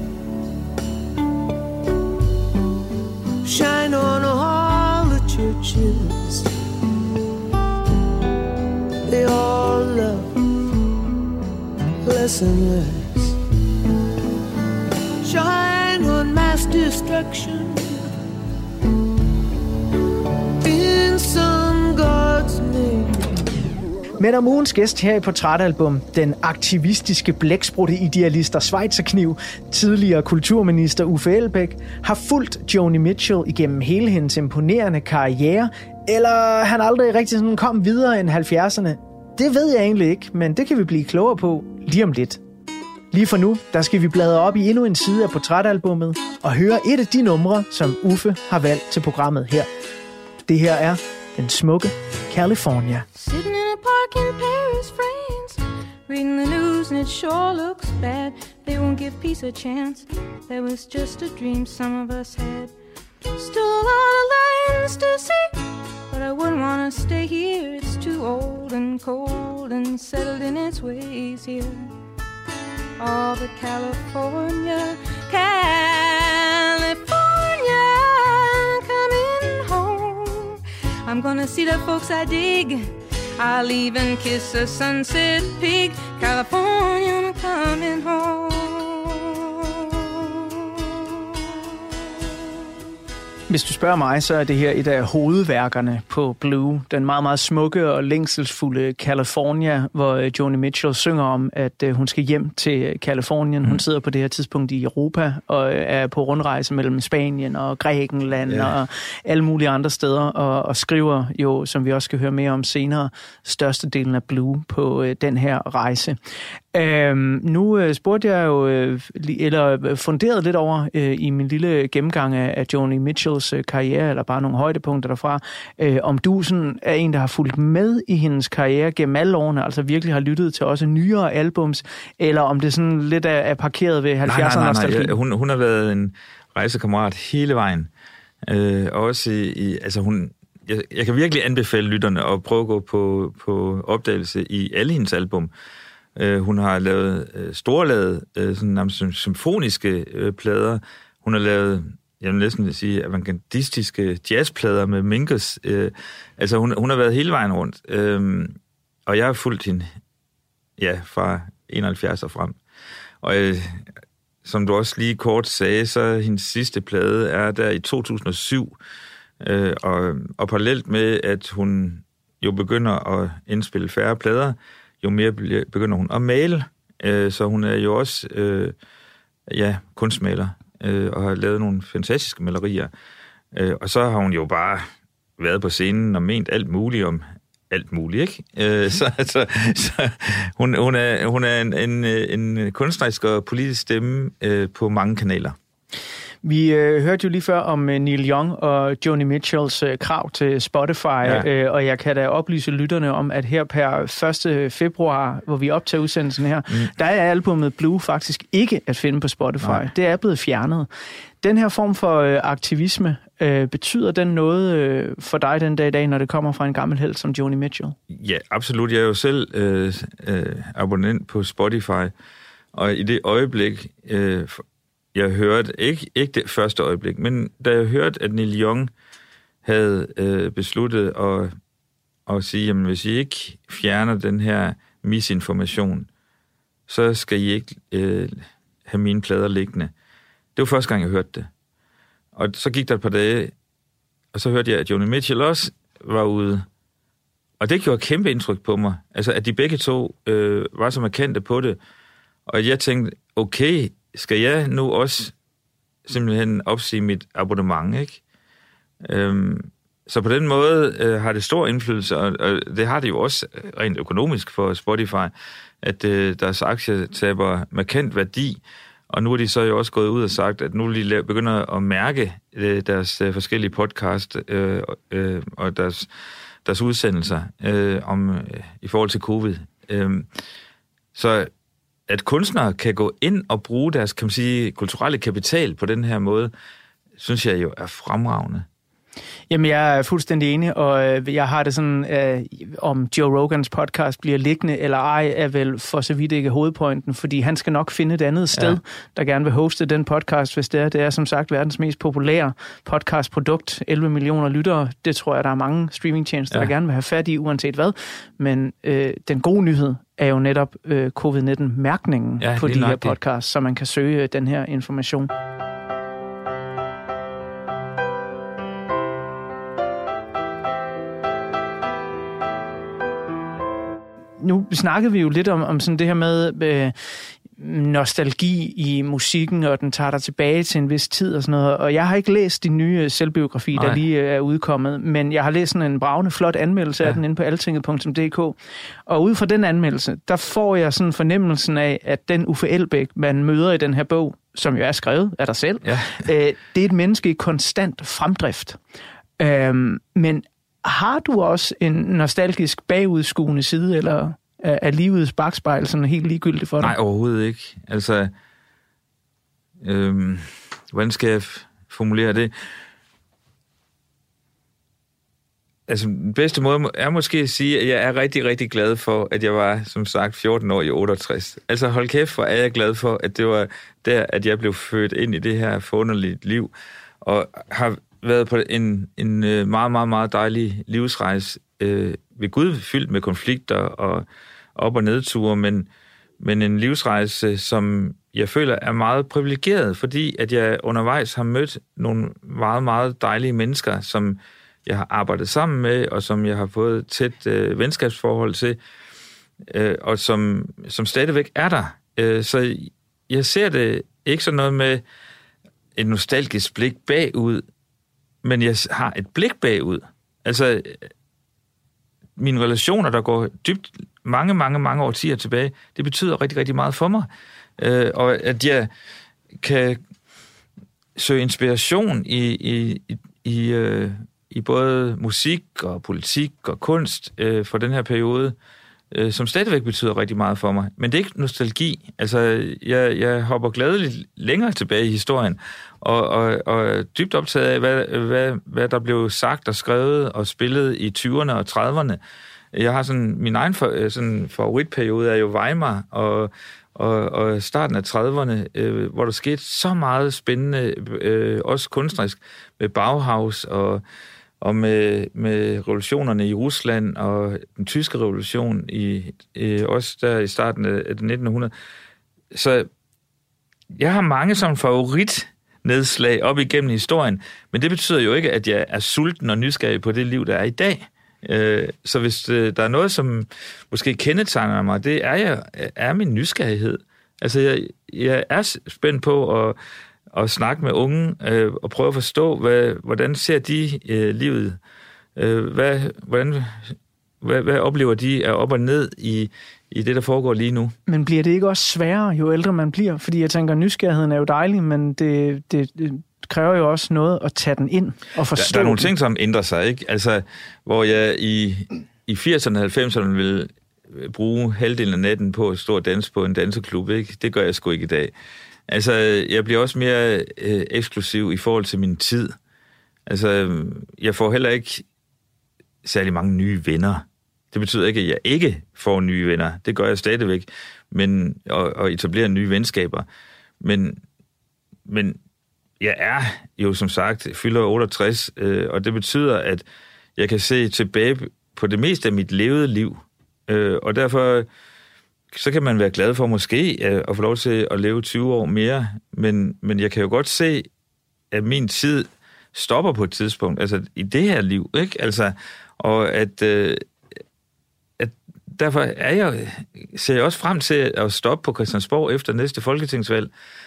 Shine on all the churches. They all love less and less. Shine on mass destruction in some God's name. Men om ugens gæst her i Portrætalbum, den aktivistiske blæksprutte idealist og schweizerkniv, tidligere kulturminister Uffe Elbæk, har fulgt Joni Mitchell igennem hele hendes imponerende karriere, eller han aldrig rigtig sådan kom videre end 70'erne. Det ved jeg egentlig ikke, men det kan vi blive klogere på lige om lidt. Lige for nu, der skal vi bladre op i endnu en side af Portrætalbummet og høre et af de numre, som Uffe har valgt til programmet her. Det her er den smukke California. Sitting in a park in Paris, France, reading the news and it sure looks bad. They won't give peace a chance. That was just a dream some of us had. Still a lot of lands to see, but I wouldn't want to stay here. It's too old and cold and settled in its ways here. Oh, but California, California, coming home. I'm gonna see the folks I dig. I'll even kiss a sunset pig. California, I'm coming home. Hvis du spørger mig, så er det her et af hovedværkerne på Blue. Den meget, meget smukke og længselsfulde California, hvor Joni Mitchell synger om, at hun skal hjem til Californien. Hun sidder på det her tidspunkt i Europa og er på rundrejse mellem Spanien og Grækenland og alle mulige andre steder. Og skriver jo, som vi også skal høre mere om senere, størstedelen af Blue på den her rejse. Nu spurgte jeg jo, eller funderede lidt over i min lille gennemgang af Joni Mitchells karriere, eller bare nogle højdepunkter derfra, om du sådan er en, der har fulgt med i hendes karriere gennem alle årene, altså virkelig har lyttet til også nyere albums, eller om det sådan lidt er parkeret ved 70'erne. Nej. Hun har været en rejsekammerat hele vejen. Også altså jeg kan virkelig anbefale lytterne at prøve at gå på opdagelse i alle hendes album. Hun har lavet storlavet sådan symfoniske plader. Hun har lavet, jeg vil næsten sige, avantgardistiske jazzplader med Mingus. Altså hun har været hele vejen rundt. Og jeg har fulgt hende fra 71 og frem. Og som du også lige kort sagde, så hendes sidste plade er der i 2007. Og parallelt med, at hun jo begynder at indspille færre plader, jo mere begynder hun at male. Så hun er jo også kunstmaler og har lavet nogle fantastiske malerier. Og så har hun jo bare været på scenen og ment alt muligt om alt muligt, ikke? Så hun er en kunstnerisk og politisk stemme på mange kanaler. Vi hørte jo lige før om Neil Young og Joni Mitchells krav til Spotify, og jeg kan da oplyse lytterne om, at her per 1. februar, hvor vi optager udsendelsen her, der er albumet Blue faktisk ikke at finde på Spotify. Nej. Det er blevet fjernet. Den her form for aktivisme, betyder den noget for dig den dag i dag, når det kommer fra en gammel helt som Joni Mitchell? Ja, absolut. Jeg er jo selv abonnent på Spotify, og i det øjeblik... Jeg hørte, ikke det første øjeblik, men da jeg hørte, at Neil Young havde besluttet at sige, jamen hvis I ikke fjerner den her misinformation, så skal I ikke have mine plader liggende. Det var første gang, jeg hørte det. Og så gik der et par dage, og så hørte jeg, at Joni Mitchell også var ude. Og det gjorde kæmpe indtryk på mig. Altså, at de begge to var så markante på det. Og jeg tænkte, okay, skal jeg nu også simpelthen opsige mit abonnement, ikke? Så på den måde har det stor indflydelse, og det har det jo også rent økonomisk for Spotify, at deres aktier taber markant værdi, og nu er de så jo også gået ud og sagt, at nu vil de begynde at mærke deres forskellige podcast og deres udsendelser i forhold til covid. Så at kunstnere kan gå ind og bruge deres, kan man sige, kulturelle kapital på den her måde, synes jeg jo er fremragende. Jamen, jeg er fuldstændig enig, og jeg har det sådan, om Joe Rogans podcast bliver liggende eller ej, er vel for så vidt ikke hovedpointen, fordi han skal nok finde et andet sted, der gerne vil hoste den podcast, hvis det er. Det er som sagt verdens mest populære podcastprodukt, 11 millioner lyttere. Det tror jeg, der er mange streamingtjenester, der gerne vil have fat i, uanset hvad. Men den gode nyhed er jo netop covid-19-mærkningen på de her podcasts, så man kan søge den her information. Nu snakkede vi jo lidt om sådan det her med nostalgi i musikken, og den tager dig tilbage til en vis tid og sådan noget. Og jeg har ikke læst din nye selvbiografi, der lige er udkommet, men jeg har læst sådan en bravende flot anmeldelse af den inde på altinget.dk. Og ud fra den anmeldelse, der får jeg sådan fornemmelsen af, at den Uffe Elbæk, man møder i den her bog, som jo er skrevet af dig selv, det er et menneske i konstant fremdrift. Men har du også en nostalgisk bagudskuende side, eller er livets bakspejl sådan helt ligegyldigt for dig? Nej, overhovedet ikke. Altså, hvordan skal jeg formulere det? Altså, den bedste måde er måske at sige, at jeg er rigtig, rigtig glad for, at jeg var, som sagt, 14 år i 68. Altså, hold kæft, hvor er jeg glad for, at det var der, at jeg blev født ind i det her forunderlige liv, og har været på en meget, meget, meget dejlig livsrejse ved Gud, fyldt med konflikter og op- og nedture, men en livsrejse, som jeg føler er meget privilegeret, fordi at jeg undervejs har mødt nogle meget, meget dejlige mennesker, som jeg har arbejdet sammen med, og som jeg har fået tæt venskabsforhold til, og som stadigvæk er der. Så jeg ser det ikke sådan noget med et nostalgisk blik bagud, men jeg har et blik bagud. Altså, mine relationer, der går dybt mange årtier tilbage, det betyder rigtig, rigtig meget for mig. Og at jeg kan søge inspiration i både musik og politik og kunst for den her periode, som stadigvæk betyder rigtig meget for mig. Men det er ikke nostalgi. Altså, jeg hopper gladeligt længere tilbage i historien, og dybt optaget af, hvad der blev sagt og skrevet og spillet i 20'erne og 30'erne. Jeg har sådan, min egen favoritperiode er jo Weimar og starten af 30'erne, hvor der skete så meget spændende, også kunstnerisk, med Bauhaus og med revolutionerne i Rusland og den tyske revolution også der i starten af 1900. Så jeg har mange sådan favoritnedslag op igennem historien, men det betyder jo ikke, at jeg er sulten og nysgerrig på det liv, der er i dag. Så hvis der er noget, som måske kendetegner mig, det er min nysgerrighed. Altså, jeg er spændt på at snakke med unge og prøve at forstå, hvordan ser de livet? Hvad oplever de er op og ned i det, der foregår lige nu? Men bliver det ikke også sværere, jo ældre man bliver? Fordi jeg tænker, nysgerrigheden er jo dejlig, men det kræver jo også noget at tage den ind og forstå. Der er nogle ting, som ændrer sig, ikke? Altså, hvor jeg i 80'erne og 90'erne ville bruge halvdelen af natten på at stå og danse på en danseklub, ikke? Det gør jeg sgu ikke i dag. Altså, jeg bliver også mere eksklusiv i forhold til min tid. Altså, jeg får heller ikke særlig mange nye venner. Det betyder ikke, at jeg ikke får nye venner. Det gør jeg stadigvæk. Men, og etablerer nye venskaber. Men jeg er jo, som sagt, fylder 68, og det betyder, at jeg kan se tilbage på det meste af mit levede liv. Og derfor så kan man være glad for måske at få lov til at leve 20 år mere, men jeg kan jo godt se, at min tid stopper på et tidspunkt, altså i det her liv, ikke? Altså, og at derfor ser jeg også frem til at stoppe på Christiansborg efter næste folketingsvalg,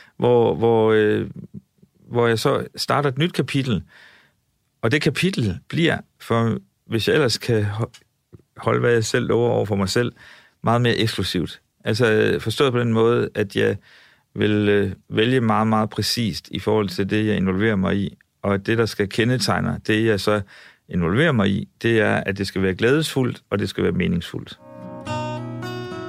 hvor jeg så starter et nyt kapitel. Og det kapitel bliver, for hvis jeg ellers kan holde, hvad jeg selv lover over for mig selv, meget mere eksklusivt. Altså forstået på den måde, at jeg vil vælge meget, meget præcist i forhold til det, jeg involverer mig i. Og det, der skal kendetegne det, jeg så involverer mig i, det er, at det skal være glædesfuldt, og det skal være meningsfuldt.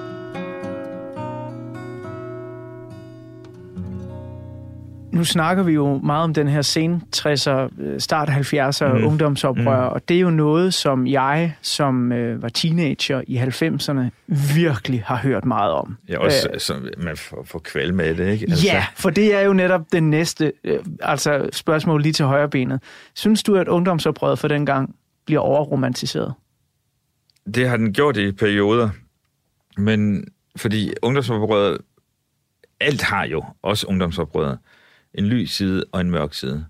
Nu snakker vi jo meget om den her sen 60'er, start 70'er ungdomsoprør, og det er jo noget, som jeg, som var teenager i 90'erne, virkelig har hørt meget om. Ja, også så man får kvalme med det, ikke? Altså. Ja, for det er jo netop den næste spørgsmål lige til højre benet. Synes du, at ungdomsoprøret for den gang bliver overromantiseret? Det har den gjort i perioder, men fordi ungdomsoprøret, alt har jo, også ungdomsoprøret, en lys side og en mørk side.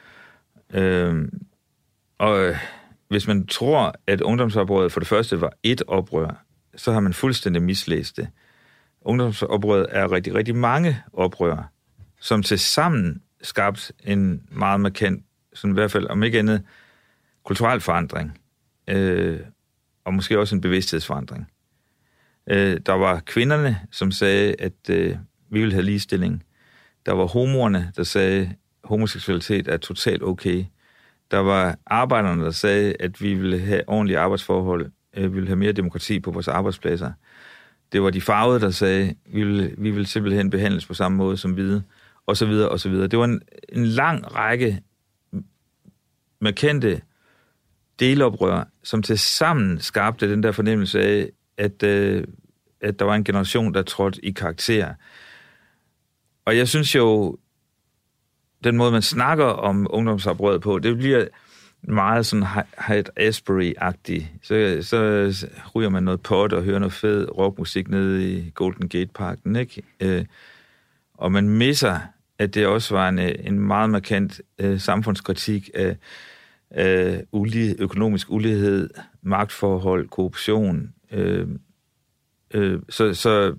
Og hvis man tror, at ungdomsoprøret for det første var et oprør, så har man fuldstændig mislæst det. Ungdomsoprøret er rigtig, rigtig mange oprør, som til sammen skabt en meget markant, sådan i hvert fald om ikke andet, kulturel forandring, og måske også en bevidsthedsforandring. Der var kvinderne, som sagde, at vi vil have ligestilling. Der var homoerne, der sagde, at homoseksualitet er totalt okay. Der var arbejderne, der sagde, at vi ville have ordentlige arbejdsforhold. Vi ville have mere demokrati på vores arbejdspladser. Det var de farvede, der sagde, at vi ville simpelthen behandles på samme måde som hvide, og så videre, og så videre. Det var en lang række markante deloprør, som til sammen skabte den der fornemmelse af, at der var en generation, der trådte i karakter. Og jeg synes jo, den måde, man snakker om ungdomsoprøret på, det bliver meget sådan Haight-Ashbury-agtigt. Så ryger man noget pot og hører noget fed rockmusik nede i Golden Gate-parken, ikke? Og man misser, at det også var en meget markant samfundskritik af økonomisk ulighed, magtforhold, korruption. Så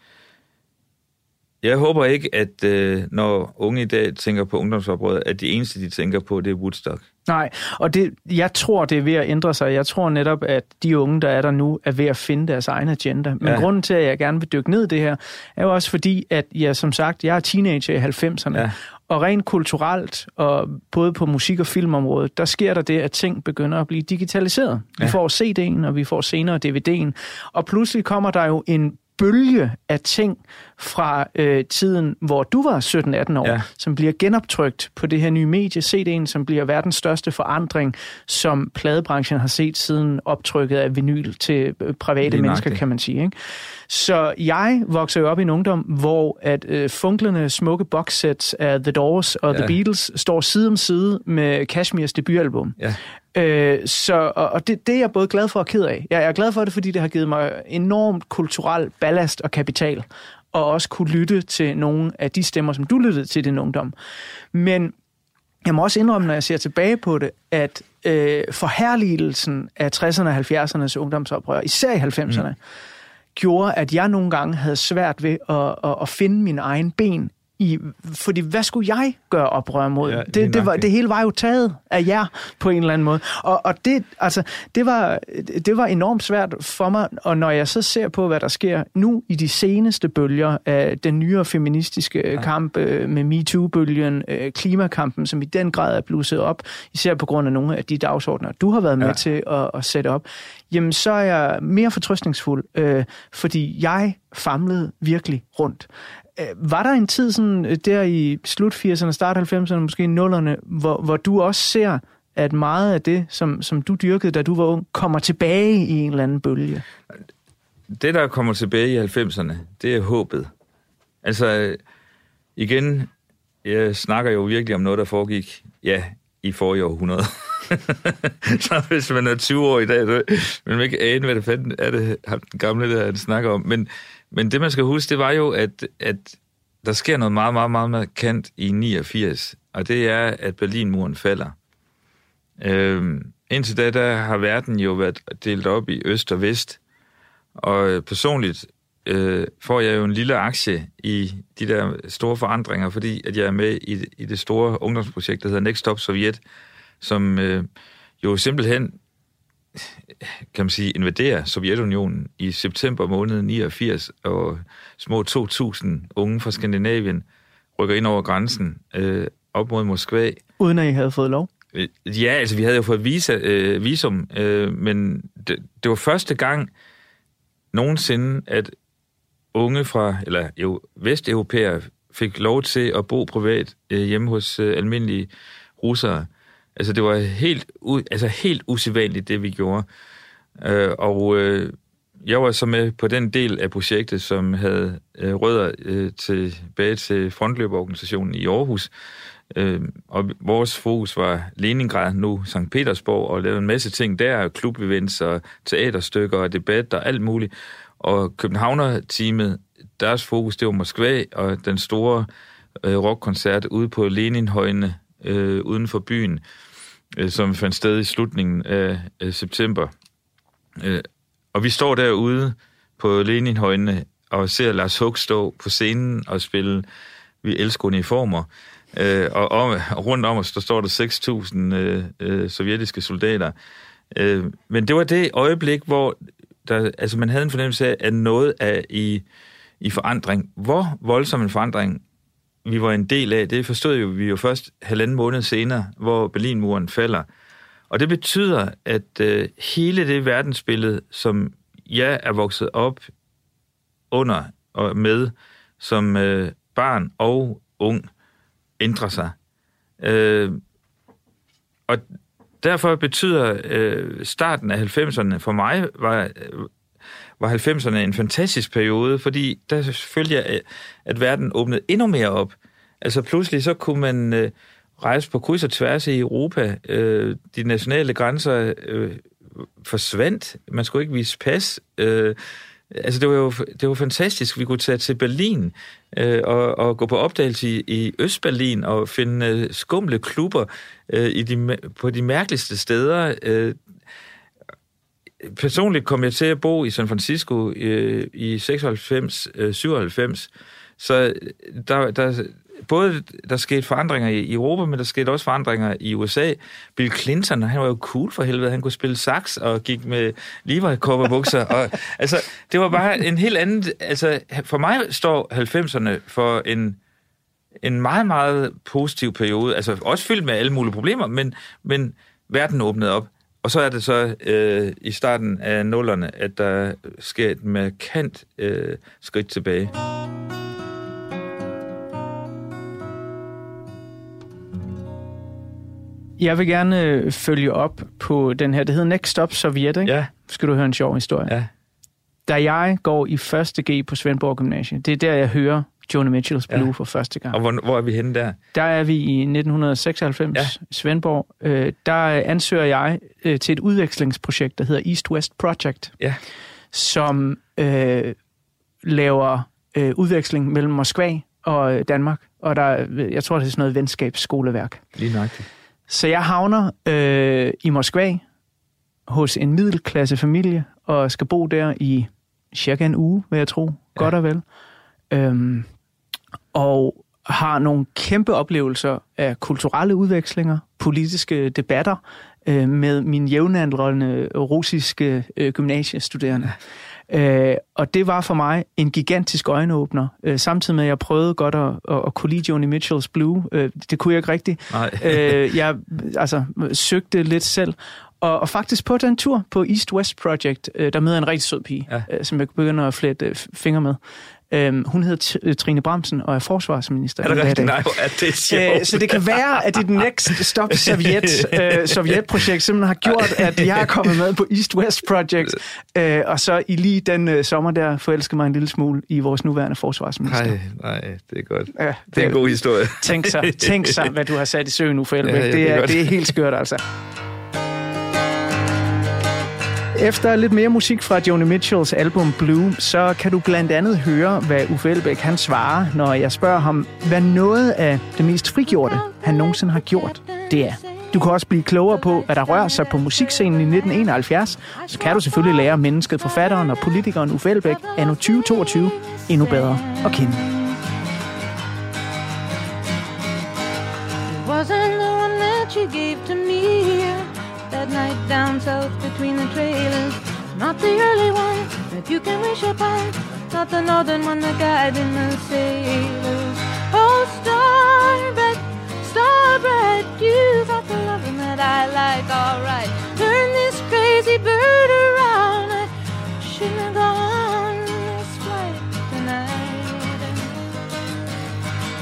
jeg håber ikke, at når unge i dag tænker på ungdomsoprøret, at de eneste, de tænker på, det er Woodstock. Nej, og jeg tror, det er ved at ændre sig. Jeg tror netop, at de unge, der er der nu, er ved at finde deres egen agenda. Men grunden til, at jeg gerne vil dykke ned i det her, er jo også fordi, at som sagt, jeg er teenager i 90'erne. Ja. Og rent kulturelt, og både på musik- og filmområdet, der sker der det, at ting begynder at blive digitaliseret. Vi får CD'en, og vi får senere DVD'en. Og pludselig kommer der jo en bølge af ting fra tiden, hvor du var 17-18 år, som bliver genoptrykt på det her nye medie, CD'en, som bliver verdens største forandring, som pladebranchen har set siden optrykket af vinyl til private mennesker, kan man sige. Ikke? Så jeg vokser jo op i en ungdom, hvor at funklende smukke boxsets af The Doors og The Beatles står side om side med Kashmirs debutalbum. Ja. Og det er jeg både glad for og ked af. Jeg er glad for det, fordi det har givet mig enormt kulturel ballast og kapital, og også kunne lytte til nogle af de stemmer, som du lyttede til i din ungdom. Men jeg må også indrømme, når jeg ser tilbage på det, at forherligelsen af 60'erne og 70'ernes ungdomsoprør, især i 90'erne, gjorde, at jeg nogle gange havde svært ved at finde min egen ben fordi hvad skulle jeg gøre oprør mod? Ja, det hele var jo taget af jer på en eller anden måde. Og det var enormt svært for mig, og når jeg så ser på, hvad der sker nu i de seneste bølger af den nyere feministiske kamp med MeToo-bølgen, klimakampen, som i den grad er blusset op, især på grund af nogle af de dagsordner, du har været med til at sætte op, jamen så er jeg mere fortrøstningsfuld, fordi jeg famlede virkelig rundt. Var der en tid sådan der i slut 80'erne, start 90'erne, måske 0'erne, hvor du også ser, at meget af det, som du dyrkede, da du var ung, kommer tilbage i en eller anden bølge? Det, der kommer tilbage i 90'erne, det er håbet. Altså, igen, jeg snakker jo virkelig om noget, der foregik, i forrige århundrede. Så hvis man er 20 år i dag, så vil man ikke ane, hvad det fanden er det, den gamle der snakker om. Men det, man skal huske, det var jo, at der sker noget meget, meget, meget markant i 89, og det er, at Berlinmuren falder. Indtil da, der har verden jo været delt op i øst og vest, og personligt får jeg jo en lille aktie i de der store forandringer, fordi at jeg er med i det store ungdomsprojekt, der hedder Next Stop Sovjet, som jo simpelthen, kan man sige, invaderer Sovjetunionen i september måned 89, og små 2.000 unge fra Skandinavien rykker ind over grænsen op mod Moskva. Uden at I havde fået lov? Ja, altså vi havde jo fået visum, men det var første gang nogensinde, at unge fra, eller jo vesteuropæere fik lov til at bo privat hjemme hos almindelige russere. Altså, det var helt usædvanligt, det vi gjorde. Jeg var så med på den del af projektet, som havde rødder tilbage til frontløberorganisationen i Aarhus. Og vores fokus var Leningrad, nu Sankt Petersborg, og lavede en masse ting der, klubevents og teaterstykker og debat og alt muligt. Og Københavner-teamet, deres fokus, det var Moskva, og den store rockkoncert ude på Leninhøjene uden for byen, som fandt sted i slutningen af september. Og vi står derude på Leninhøjene og ser Lars Hug stå på scenen og spille Vi elsker uniformer. Og rundt om os, der står der 6.000 sovjetiske soldater. Men det var det øjeblik, hvor man havde en fornemmelse af, at noget er i forandring. Hvor voldsom en forandring vi var en del af, det forstod vi jo først 1,5 måned senere, hvor Berlinmuren falder. Og det betyder, at hele det verdensbillede, som jeg er vokset op under og med som barn og ung, ændrer sig. Og derfor betyder starten af 90'erne for mig var 90'erne en fantastisk periode, fordi der følte jeg, at verden åbnede endnu mere op. Altså pludselig så kunne man rejse på kryds og tværs i Europa. De nationale grænser forsvandt. Man skulle ikke vise pas. Altså det var fantastisk. Vi kunne tage til Berlin og gå på opdagelse i Østberlin og finde skumle klubber på de mærkeligste steder. Personligt kom jeg til at bo i San Francisco i 96-97, så der skete forandringer i Europa, men der skete også forandringer i USA. Bill Clinton, han var jo cool for helvede. Han kunne spille sax og gik med Levi-kopperbukser. Og altså, det var bare en helt anden. Altså, for mig står 90'erne for en meget, meget positiv periode. Altså, også fyldt med alle mulige problemer, men verden åbnede op. Og så er det så i starten af 00'erne, at der sker et markant skridt tilbage. Jeg vil gerne følge op på den her, det hedder Next Stop Sovjet, ikke? Ja. Skal du høre en sjov historie? Ja. Da jeg går i 1. G på Svendborg Gymnasium, det er der, jeg hører Joni Mitchell's Blue for første gang. Og hvor er vi henne der? Der er vi i 1996, Svendborg. Der ansøger jeg til et udvekslingsprojekt, der hedder East West Project, som laver udveksling mellem Moskva og Danmark. Og jeg tror, det er sådan noget venskabsskoleværk. Lige nøjagtigt. Så jeg havner i Moskva hos en middelklasse familie og skal bo der i cirka en uge, vil jeg tro. Godt og vel. Og har nogle kæmpe oplevelser af kulturelle udvekslinger, politiske debatter med mine jævnaldrende russiske gymnasiestuderende. Og det var for mig en gigantisk øjenåbner. Samtidig med, at jeg prøvede godt at kunne lide Joni Mitchell's Blue. Det kunne jeg ikke rigtigt. Jeg søgte lidt selv. Og faktisk på den tur på East West Project, der møder en rigtig sød pige, som jeg begynder at flette fingre med. Hun hedder Trine Bramsen og er forsvarsminister. Er det rigtigt? Nej, det er sjovt. Så det kan være, at det Next Stop Sovjet-projekt simpelthen har gjort, at jeg er kommet med på East West Project, og så i lige den sommer der forelskede mig en lille smule i vores nuværende forsvarsminister. Nej, det er godt. Ja, det er en god historie. Tænk så, hvad du har sat i søen nu, Uffe Elbæk. Det er helt skørt, altså. Efter lidt mere musik fra Joni Mitchells album Blue, så kan du blandt andet høre, hvad Uffe Elbæk han svarer, når jeg spørger ham, hvad noget af det mest frigjorte, han nogensinde har gjort, det er. Du kan også blive klogere på, hvad der rører sig på musikscenen i 1971. Så kan du selvfølgelig lære mennesket, forfatteren og politikeren Uffe Elbæk anno 2022 endnu bedre at kende. That night down south between the trailers. Not the early one that you can wish upon, not the northern one that guiding the sailors. Oh, starbright, you got the loving that I like, alright. Turn this crazy bird around, I shouldn't have gone on this flight tonight.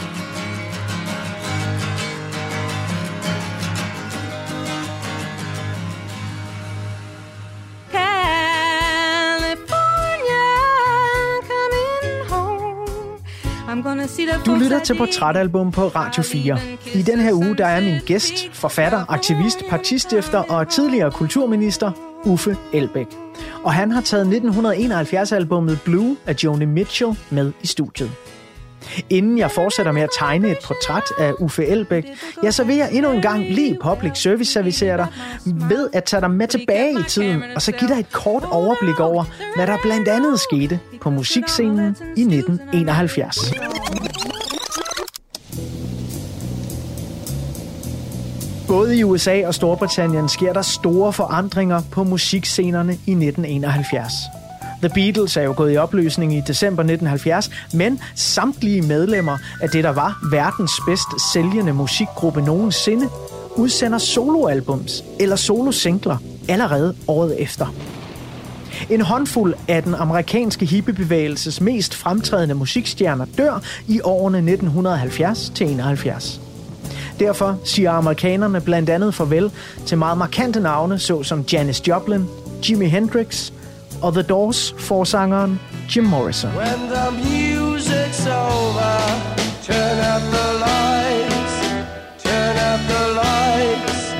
Du lytter til Portrætalbum på Radio 4. I den her uge der er min gæst, forfatter, aktivist, partistifter og tidligere kulturminister Uffe Elbæk. Og han har taget 1971-albummet Blue af Joni Mitchell med i studiet. Inden jeg fortsætter med at tegne et portræt af Uffe Elbæk, så vil jeg endnu en gang lige public service servicere dig ved at tage dig med tilbage i tiden, og så give dig et kort overblik over, hvad der blandt andet skete på musikscenen i 1971. Både i USA og Storbritannien sker der store forandringer på musikscenerne i 1971. The Beatles er jo gået i opløsning i december 1970, men samtlige medlemmer af det, der var verdens bedst sælgende musikgruppe nogensinde, udsender soloalbums eller solosingler allerede året efter. En håndfuld af den amerikanske hippiebevægelses mest fremtrædende musikstjerner dør i årene 1970 til 71. Derfor siger amerikanerne blandt andet farvel til meget markante navne, såsom Janis Joplin, Jimi Hendrix og The Doors forsangeren Jim Morrison. When the music's over, turn up the lights, turn up the lights.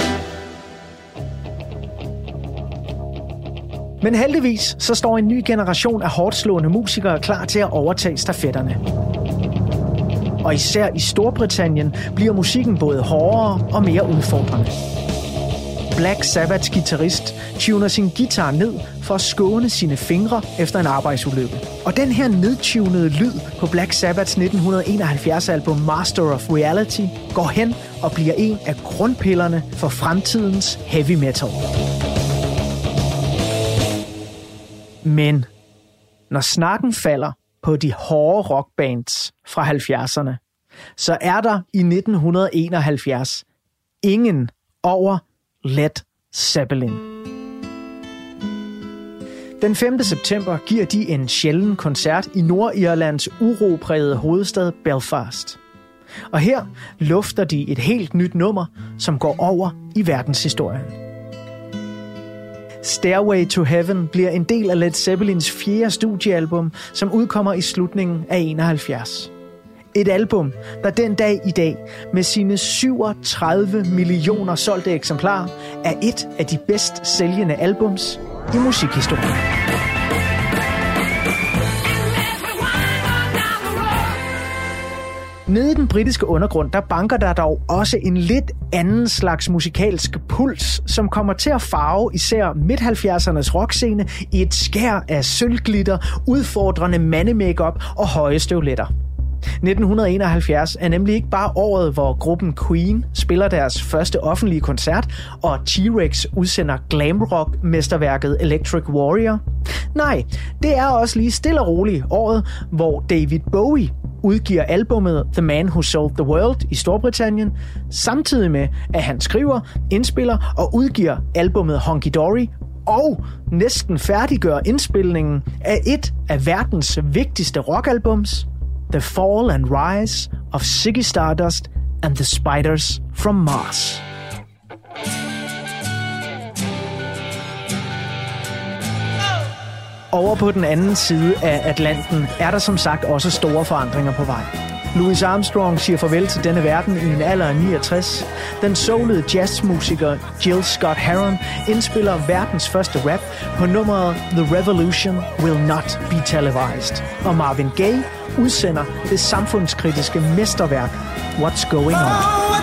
Men heldigvis så står en ny generation af hårdtslående musikere klar til at overtage stafetterne. Og især i Storbritannien bliver musikken både hårdere og mere udfordrende. Black Sabbaths guitarist tuner sin guitar ned for at skåne sine fingre efter en arbejdsulykke. Og den her nedtunede lyd på Black Sabbaths 1971-album Master of Reality går hen og bliver en af grundpillerne for fremtidens heavy metal. Men når snakken falder på de hårde rockbands fra 70'erne, så er der i 1971 ingen over Led Zeppelin. Den 5. september giver de en sjælden koncert i Nordirlands uroprægede hovedstad Belfast. Og her lufter de et helt nyt nummer, som går over i verdenshistorien. Stairway to Heaven bliver en del af Led Zeppelins 4. studiealbum, som udkommer i slutningen af 71. Et album, der den dag i dag med sine 37 millioner solgte eksemplarer er et af de bedst sælgende albums i musikhistorien. Nede i den britiske undergrund, der banker der dog også en lidt anden slags musikalsk puls, som kommer til at farve især midt-70'ernes rockscene i et skær af sølvglitter, udfordrende mandemakeup og høje støvletter. 1971 er nemlig ikke bare året, hvor gruppen Queen spiller deres første offentlige koncert, og T-Rex udsender glamrock-mesterværket Electric Warrior. Nej, det er også lige stille og roligt året, hvor David Bowie udgiver albummet The Man Who Sold the World i Storbritannien, samtidig med, at han skriver, indspiller og udgiver albummet Hunky Dory, og næsten færdiggør indspilningen af et af verdens vigtigste rockalbums, The Fall and Rise of Ziggy Stardust and the Spiders from Mars. Over på den anden side af Atlanten er der som sagt også store forandringer på vej. Louis Armstrong siger farvel til denne verden i en alder af 69. Den soulede jazzmusiker Jill Scott Heron indspiller verdens første rap på nummeret The Revolution Will Not Be Televised. Og Marvin Gaye udsender det samfundskritiske mesterværk What's Going On.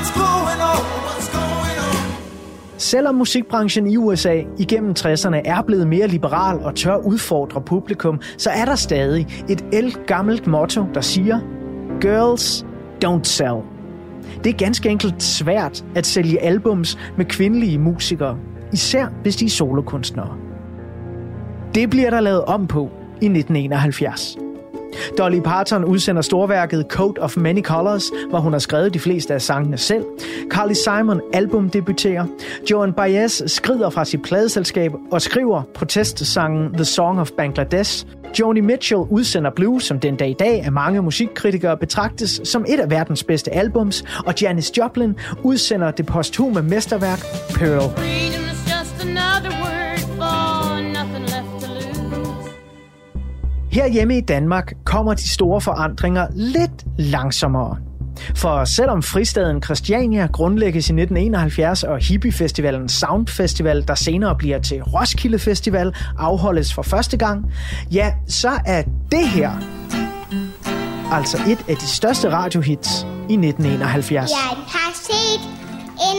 Selvom musikbranchen i USA igennem 60'erne er blevet mere liberal og tør udfordre publikum, så er der stadig et ældgammelt motto, der siger Girls don't sell. Det er ganske enkelt svært at sælge albums med kvindelige musikere, især hvis de er solokunstnere. Det bliver der lavet om på i 1971. Dolly Parton udsender storværket Coat of Many Colors, hvor hun har skrevet de fleste af sangene selv. Carly Simon albumdebuterer. Joan Baez skrider fra sit pladeselskab og skriver protestsangen The Song of Bangladesh. Joni Mitchell udsender Blue, som den dag i dag af mange musikkritikere betragtes som et af verdens bedste albums, og Janis Joplin udsender det posthume mesterværk Pearl. Herhjemme i Danmark kommer de store forandringer lidt langsommere. For selvom fristaden Christiania grundlægges i 1971 og hippiefestivalen Sound Festival, der senere bliver til Roskilde Festival, afholdes for første gang, ja, så er det her altså et af de største radiohits i 1971. Jeg har set en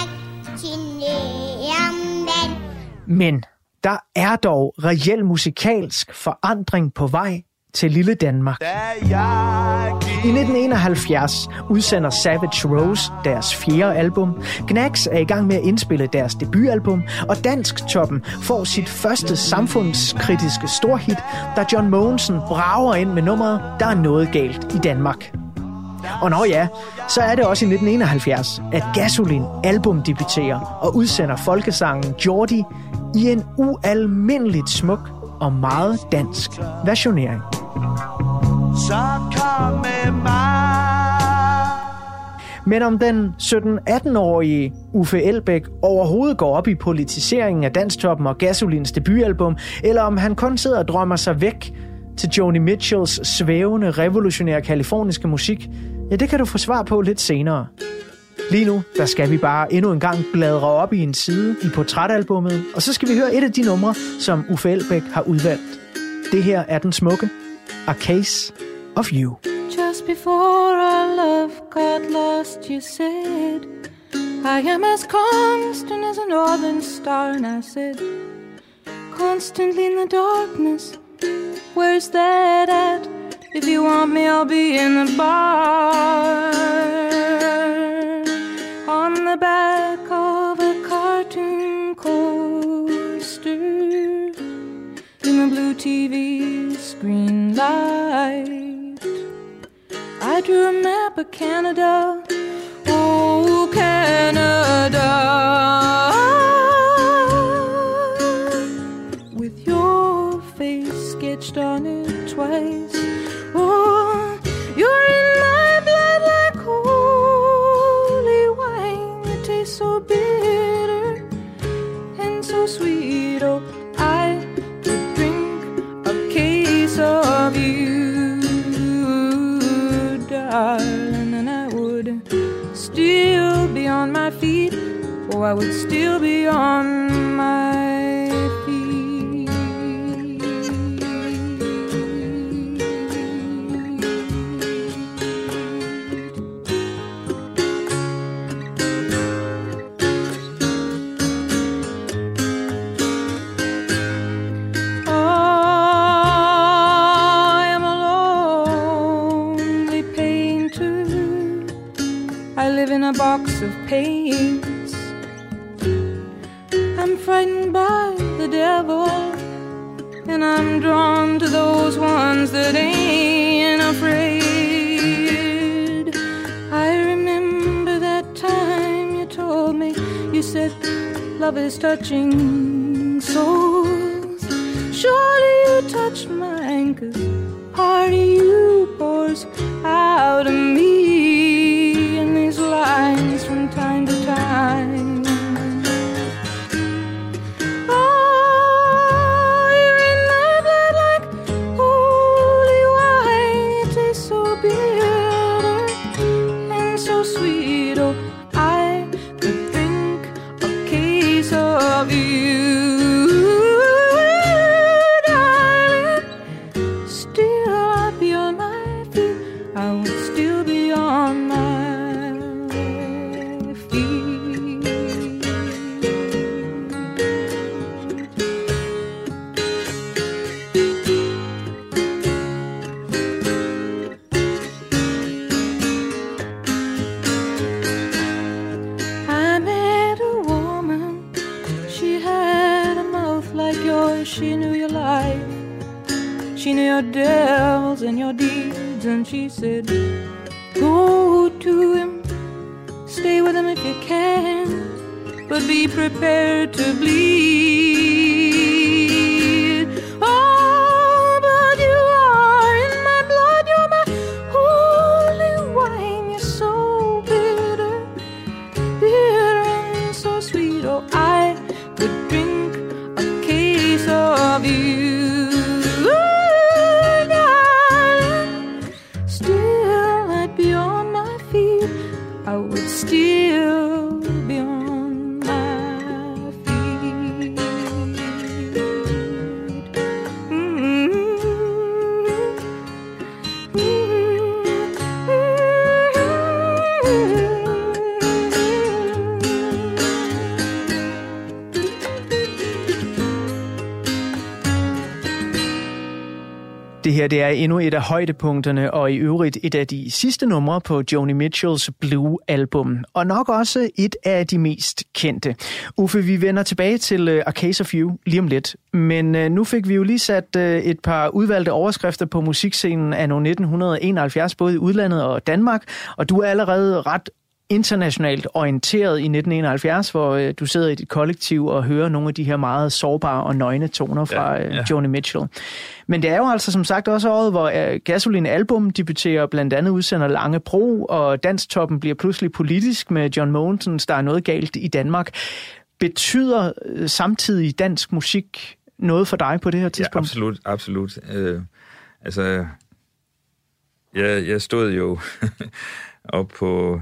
retineret. Men der er dog reel musikalsk forandring på vej til lille Danmark. I 1971 udsender Savage Rose deres 4. album, Gnags er i gang med at indspille deres debutalbum, og Dansktoppen får sit første samfundskritiske storhit, da John Mogensen brager ind med nummeret Der er noget galt i Danmark. Og nå ja, så er det også i 1971, at Gasolin albumdebuterer og udsender folkesangen Jordi i en ualmindeligt smuk og meget dansk versionering. Så kom med mig. Men om den 17-18-årige Uffe Elbæk overhovedet går op i politiseringen af Dansktoppen og Gasolins debutalbum, eller om han kun sidder og drømmer sig væk til Joni Mitchells svævende, revolutionære kaliforniske musik, ja, det kan du få svar på lidt senere. Lige nu, der skal vi bare endnu en gang bladre op i en side i portrætalbummet, og så skal vi høre et af de numre, som Uffe Elbæk har udvalgt. Det her er den smukke A Case of You. Just before our love got lost, you said, I am as constant as a northern star. And I said, constantly in the darkness, where's that at? If you want me, I'll be in the bar. On the back of a cartoon coaster, in the blue TV screen light, I drew a map of Canada. Oh, Canada, with your face sketched on it twice. Oh, you're in my blood like holy wine. It tastes so bitter and so sweet. Oh, I could drink a case of you, darling, and I would still be on my feet. Oh, I would still be on my feet. A box of paints. I'm frightened by the devil, and I'm drawn to those ones that ain't afraid. I remember that time you told me, you said love is touching souls. Surely you touched mine, 'cause part of you pours out of me. Lines from time to time. Oh, you're in my blood like holy wine. It tastes so bitter and so sweet. Oh, I could drink a case of you, darling. Still I'd be on my feet. I would still be on my your devils and your deeds, and she said, go to him, stay with him if you can, but be prepared to bleed. Oh, but you are in my blood, you're my holy wine. You're so bitter, bitter and so sweet. Oh, I could drink a case of you, Det her det er endnu et af højdepunkterne, og i øvrigt et af de sidste numre på Joni Mitchells Blue-album, og nok også et af de mest kendte. Uffe, vi vender tilbage til A Case of You lige om lidt, men nu fik vi jo lige sat et par udvalgte overskrifter på musikscenen af 1971, både i udlandet og Danmark, og du er allerede ret internationalt orienteret i 1971, hvor du sidder i dit kollektiv og hører nogle af de her meget sårbare og nøgne toner fra Joni Mitchell. Men det er jo altså som sagt også året, hvor Gasoline Album debuterer, blandt andet udsender Lange Bro, og Danstoppen bliver pludselig politisk med John Mogensens Der er noget galt i Danmark. Betyder samtidig dansk musik noget for dig på det her tidspunkt? Ja, absolut. Jeg stod jo op på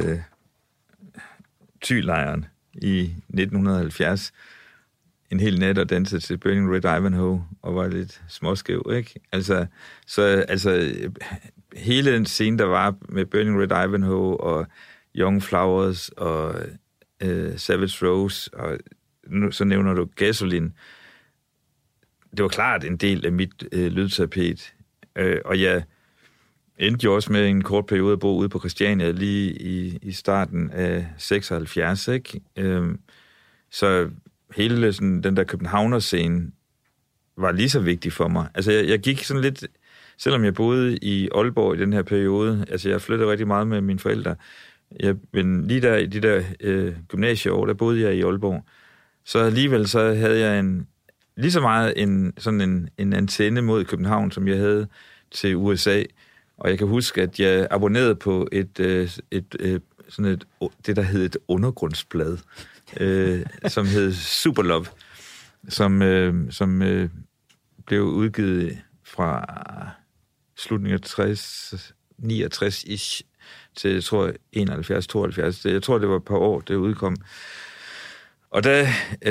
Thylejren i 1970 en hel nat og dansede til Burning Red Ivanhoe og var lidt småskæv, ikke? Altså hele den scene, der var med Burning Red Ivanhoe og Young Flowers og Savage Rose, og nu, så nævner du Gasoline. Det var klart en del af mit lydtapet, og jeg endte jo også med en kort periode at bo ude på Christiania lige i starten af 76, ikke? Så hele sådan, den der københavner-scene var lige så vigtig for mig. Altså jeg gik sådan lidt, selvom jeg boede i Aalborg i den her periode, altså jeg flyttede rigtig meget med mine forældre, men lige der i de der gymnasieår, der boede jeg i Aalborg, så alligevel så havde jeg lige så meget en antenne mod København, som jeg havde til USA. Og jeg kan huske, at jeg abonnerede på det, der hed et undergrundsblad, som hed Superlove, som blev udgivet fra slutningen af 69-ish til, jeg tror, 71-72. Jeg tror, det var et par år, det udkom. Og der,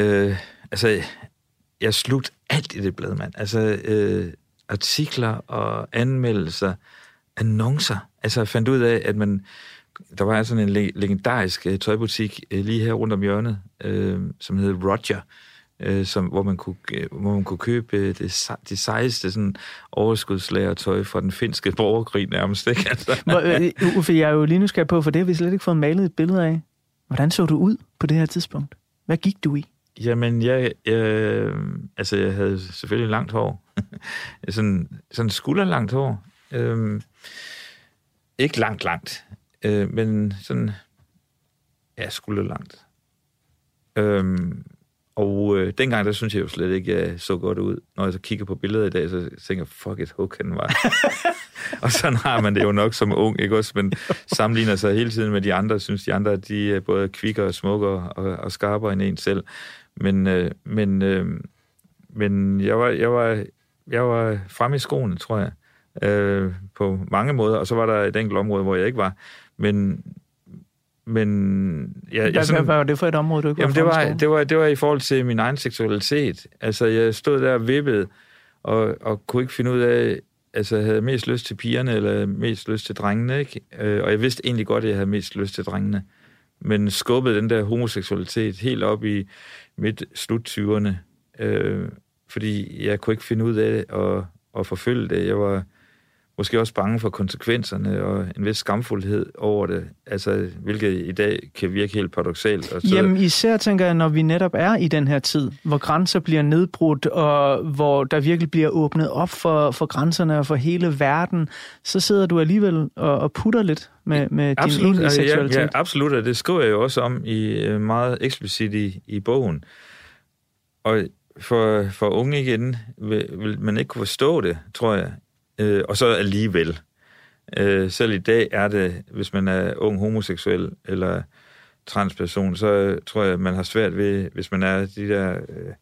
jeg slugte alt i det blad, mand. Altså, artikler og anmeldelser, annoncer. Altså, jeg fandt ud af, at der var sådan en legendarisk tøjbutik lige her rundt om hjørnet, som hed Roger, hvor man kunne købe det sejeste sådan overskudslagertøj fra den finske borgerkrig nærmest, ikke? Altså. Uffe, jeg er jo lige nu skal på, for det har vi slet ikke fået malet et billede af. Hvordan så du ud på det her tidspunkt? Hvad gik du i? Jamen, jeg havde selvfølgelig langt hår. sådan skulderlangt hår. Ikke langt, men sådan, ja, skulderlangt. Og dengang, der synes jeg jo slet ikke, jeg så godt ud. Når jeg så kigger på billeder i dag, så tænker jeg, fuck it, how can var. Og sådan har man det jo nok som ung, ikke også? Men sammenligner sig hele tiden med de andre, synes de andre, de er både kvikkere og smukkere og skarpere end en selv. Men jeg var fremme i skoene, tror jeg, på mange måder, og så var der et enkelt område, hvor jeg ikke var. Men hvad var det for et område, du ikke var fremme i skoene? Det var i forhold til min egen seksualitet. Altså, jeg stod der og vippede, og kunne ikke finde ud af, altså, jeg havde mest lyst til pigerne, eller mest lyst til drengene, ikke? Og jeg vidste egentlig godt, at jeg havde mest lyst til drengene. Men skubbede den der homoseksualitet helt op i midt slut-20'erne, fordi jeg kunne ikke finde ud af at forfølge det. Jeg var måske også bange for konsekvenserne og en vis skamfuldhed over det, altså, hvilket i dag kan virke helt paradoksalt. Jamen især tænker jeg, når vi netop er i den her tid, hvor grænser bliver nedbrudt, og hvor der virkelig bliver åbnet op for grænserne og for hele verden, så sidder du alligevel og putter lidt med din egentlige seksualitet. Ja, absolut, og det skriver jeg jo også om meget eksplicit i bogen. Og for unge igen vil man ikke kunne forstå det, tror jeg. Og så alligevel. Selv i dag er det, hvis man er ung homoseksuel eller transperson, så tror jeg, man har svært ved, hvis man er de der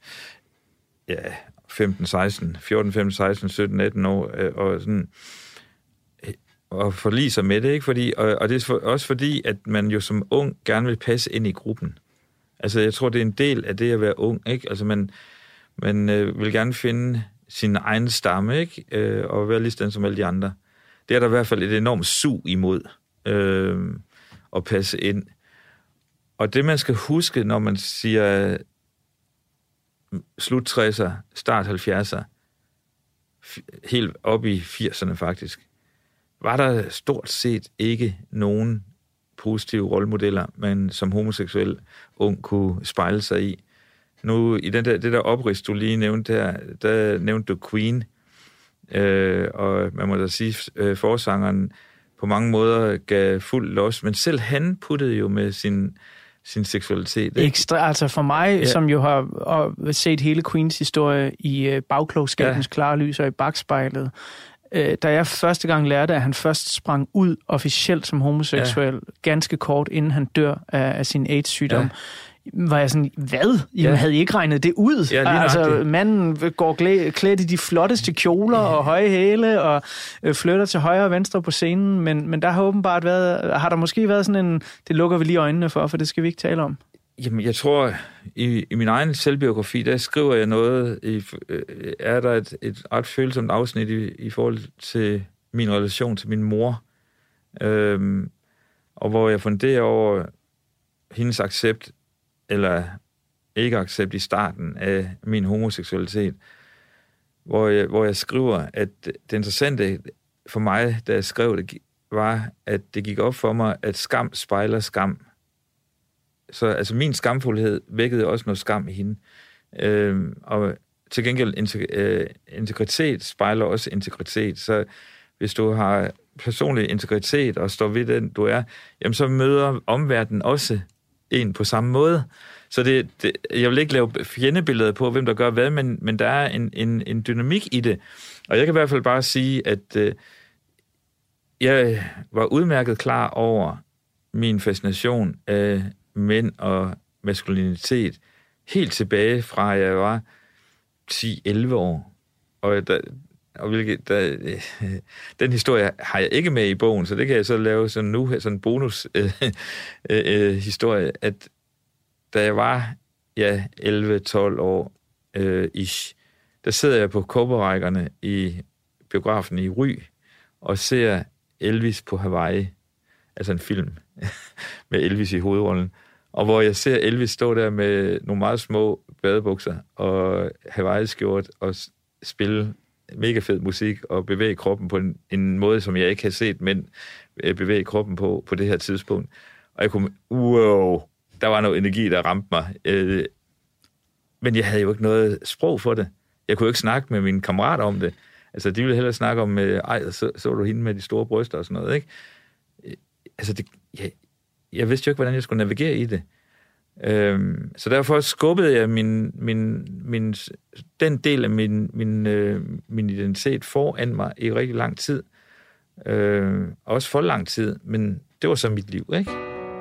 14, 15, 16, 17, 18 år, og sådan, og forlige sig med det, ikke? Fordi, og det er også fordi, at man jo som ung gerne vil passe ind i gruppen. Altså, jeg tror, det er en del af det at være ung, ikke? Altså, man vil gerne finde sin egen stamme, ikke? Og være lige sådan som alle de andre. Det er der i hvert fald et enormt sug imod at passe ind. Og det, man skal huske, når man siger slut 60'er, start 70'er, helt op i 80'erne faktisk, var der stort set ikke nogen positive rollemodeller, man som homoseksuel ung kunne spejle sig i. Nu, i det der oprids, du lige nævnte her, der nævnte du Queen, og man må da sige, forsangeren på mange måder gav fuld los, men selv han puttede jo med sin seksualitet. Ikke? Ekstra, altså for mig, som jo har set hele Queens historie i bagklogskabens klare lys og i bagspejlet, da jeg første gang lærte, at han først sprang ud officielt som homoseksuel, ganske kort inden han dør af sin AIDS-sygdom, var jeg sådan, hvad? Jamen, havde I ikke regnet det ud? Ja, altså, manden går klædt i de flotteste kjoler og høje hæle og flytter til højre og venstre på scenen, men der har åbenbart har der måske været sådan en, det lukker vi lige øjnene for det skal vi ikke tale om. Jamen, jeg tror, i min egen selvbiografi, der skriver jeg noget, er der et ret følsomt afsnit i forhold til min relation til min mor, og hvor jeg funderer over hendes accept, eller ikke accept i starten af min homoseksualitet, hvor jeg skriver, at det interessante for mig, da jeg skrev det, var, at det gik op for mig, at skam spejler skam. Så altså min skamfuldhed vækkede også noget skam i hende. Og til gengæld integritet spejler også integritet. Så hvis du har personlig integritet og står ved den, du er, jamen så møder omverdenen også en på samme måde. Så jeg vil ikke lave fjendebilleder på, hvem der gør hvad, men der er en dynamik i det. Og jeg kan i hvert fald bare sige, at jeg var udmærket klar over min fascination af mænd og maskulinitet helt tilbage fra, jeg var 10-11 år. Og den historie har jeg ikke med i bogen, så det kan jeg så lave sådan nu, sådan en bonus historie, at da jeg var 11-12 år ish, der sidder jeg på kobberrækkerne i biografen i Ry og ser Elvis på Hawaii, altså en film med Elvis i hovedrollen, og hvor jeg ser Elvis stå der med nogle meget små badebukser og Hawaii-skjort og spille mega fed musik og bevæge kroppen på en måde, som jeg ikke har set mænd bevæge kroppen på det her tidspunkt. Og jeg kunne, der var noget energi, der ramte mig. Men jeg havde jo ikke noget sprog for det. Jeg kunne jo ikke snakke med mine kammerater om det. Altså, de ville hellere snakke om, så du hende med de store bryster og sådan noget, ikke? Altså, jeg vidste jo ikke, hvordan jeg skulle navigere i det. Så derfor skubbede jeg den del af min identitet foran mig i rigtig lang tid. Også for lang tid, men det var så mit liv, ikke?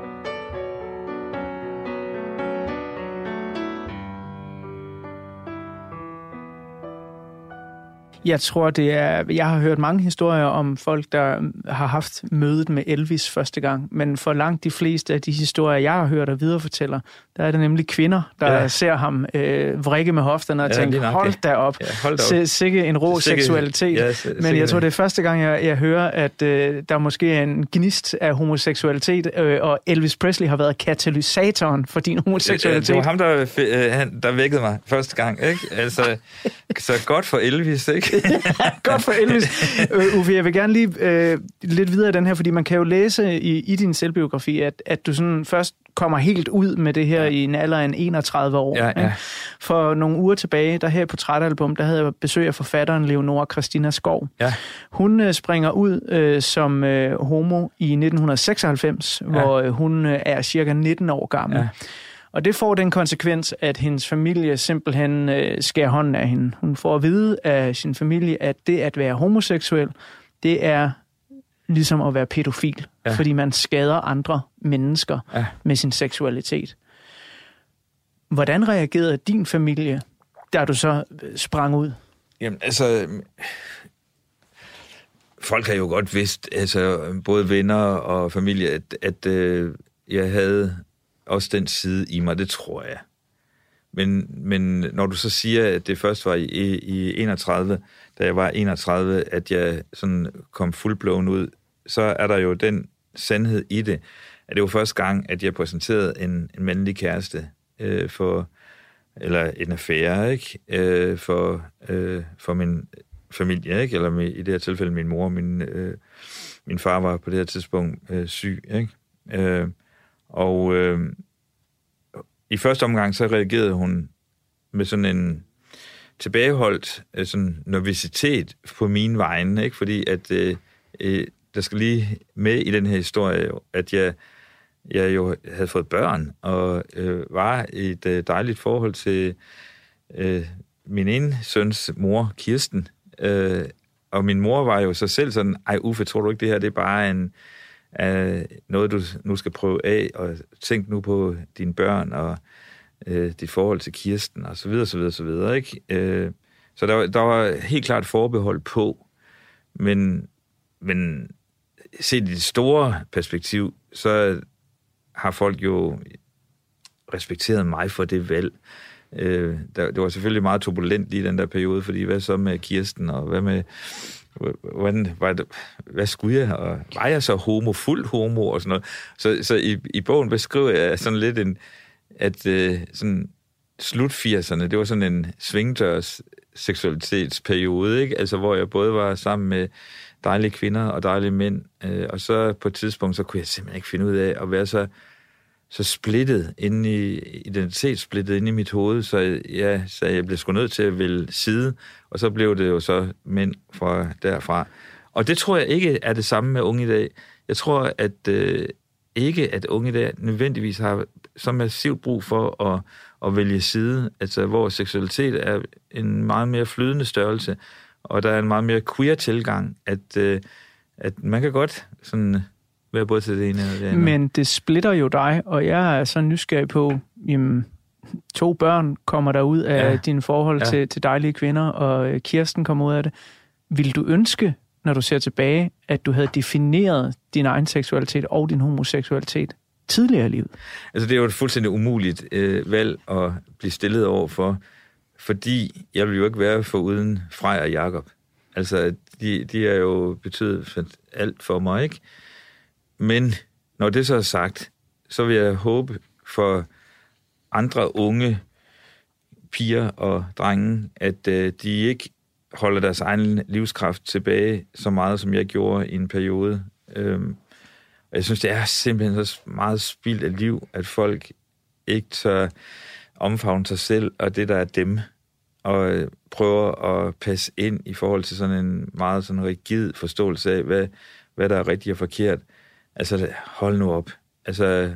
Jeg tror, jeg har hørt mange historier om folk, der har haft mødet med Elvis første gang, men for langt de fleste af de historier, jeg har hørt og viderefortæller, der er det nemlig kvinder, der ser ham vrikke med hofterne og tænker, hold da op, sikke en rå seksualitet. Men jeg tror, det er første gang, jeg hører, at der måske er en gnist af homoseksualitet, og Elvis Presley har været katalysatoren for din homoseksualitet. Det var ham, der vækkede mig første gang, ikke? Altså, så godt for Elvis, ikke? Godt for Elvis. Uffe, jeg vil gerne lige lidt videre i den her, fordi man kan jo læse i din selvbiografi, at du sådan først kommer helt ud med det her i en alder af 31 år. Ja. For nogle uger tilbage, der her på portrætalbum, der havde jeg besøg af forfatteren Leonora Christina Skov. Ja. Hun springer ud som homo i 1996, hvor hun er cirka 19 år gammel. Ja. Og det får den konsekvens, at hendes familie simpelthen skærer hånden af hende. Hun får at vide af sin familie, at det at være homoseksuel, det er ligesom at være pædofil, fordi man skader andre mennesker med sin seksualitet. Hvordan reagerede din familie, da du så sprang ud? Jamen, altså, folk har jo godt vidst, altså både venner og familie, at jeg havde også den side i mig, det tror jeg. Men når du så siger, at det først var i 31, da jeg var 31, at jeg sådan kom fuldblåen ud, så er der jo den sandhed i det, at det var første gang, at jeg præsenterede en mandlig kæreste eller en affære, ikke? For min familie, ikke? Eller i det her tilfælde min mor, min far var på det her tidspunkt syg, ikke? I første omgang så reagerede hun med sådan en tilbageholdt sådan nervøsitet på mine vegne, ikke? Fordi at der skal lige med i den her historie, at jeg jo havde fået børn og var i et dejligt forhold til min ene søns mor, Kirsten. Og min mor var jo så selv sådan, Uffe, tror du ikke, det her det er bare noget, du nu skal prøve af, og tænk nu på dine børn og dit forhold til Kirsten, og så videre, så videre, så videre, ikke? Så der var helt klart forbehold på, men set i det store perspektiv, så har folk jo respekteret mig for det valg. Det var selvfølgelig meget turbulent lige den der periode, fordi hvad så med Kirsten, og hvad med hvad skulle jeg, og var jeg så fuld homo og sådan noget. Så i bogen beskriver jeg sådan lidt at sådan slut 80'erne, det var sådan en svingdørs seksualitetsperiode, ikke? Altså hvor jeg både var sammen med dejlige kvinder og dejlige mænd, og så på et tidspunkt, så kunne jeg simpelthen ikke finde ud af at være så splittet identitetssplittet inde i mit hoved, så jeg blev sgu nødt til at vælge side, og så blev det jo så mænd derfra. Og det tror jeg ikke er det samme med unge i dag. Jeg tror, at ikke at unge i dag nødvendigvis har så massivt brug for at vælge side, altså hvor seksualitet er en meget mere flydende størrelse, og der er en meget mere queer tilgang, at man kan godt sådan være både til det ene og det andet. Men det splitter jo dig, og jeg er så nysgerrig på, jamen, 2 børn kommer der ud af dine forhold til dejlige kvinder, og Kirsten kommer ud af det. Vil du ønske, når du ser tilbage, at du havde defineret din egen seksualitet og din homoseksualitet tidligere i livet? Altså, det er jo et fuldstændig umuligt valg at blive stillet over for, fordi jeg vil jo ikke være foruden Frej og Jakob. Altså, de er jo betydet alt for mig, ikke? Men når det så er sagt, så vil jeg håbe for andre unge piger og drenge, at de ikke holder deres egen livskraft tilbage så meget, som jeg gjorde i en periode. Og jeg synes, det er simpelthen så meget spild af liv, at folk ikke tør omfavne sig selv og det, der er dem, og prøver at passe ind i forhold til sådan en meget sådan rigid forståelse af, hvad der er rigtigt og forkert. Altså, hold nu op. Altså,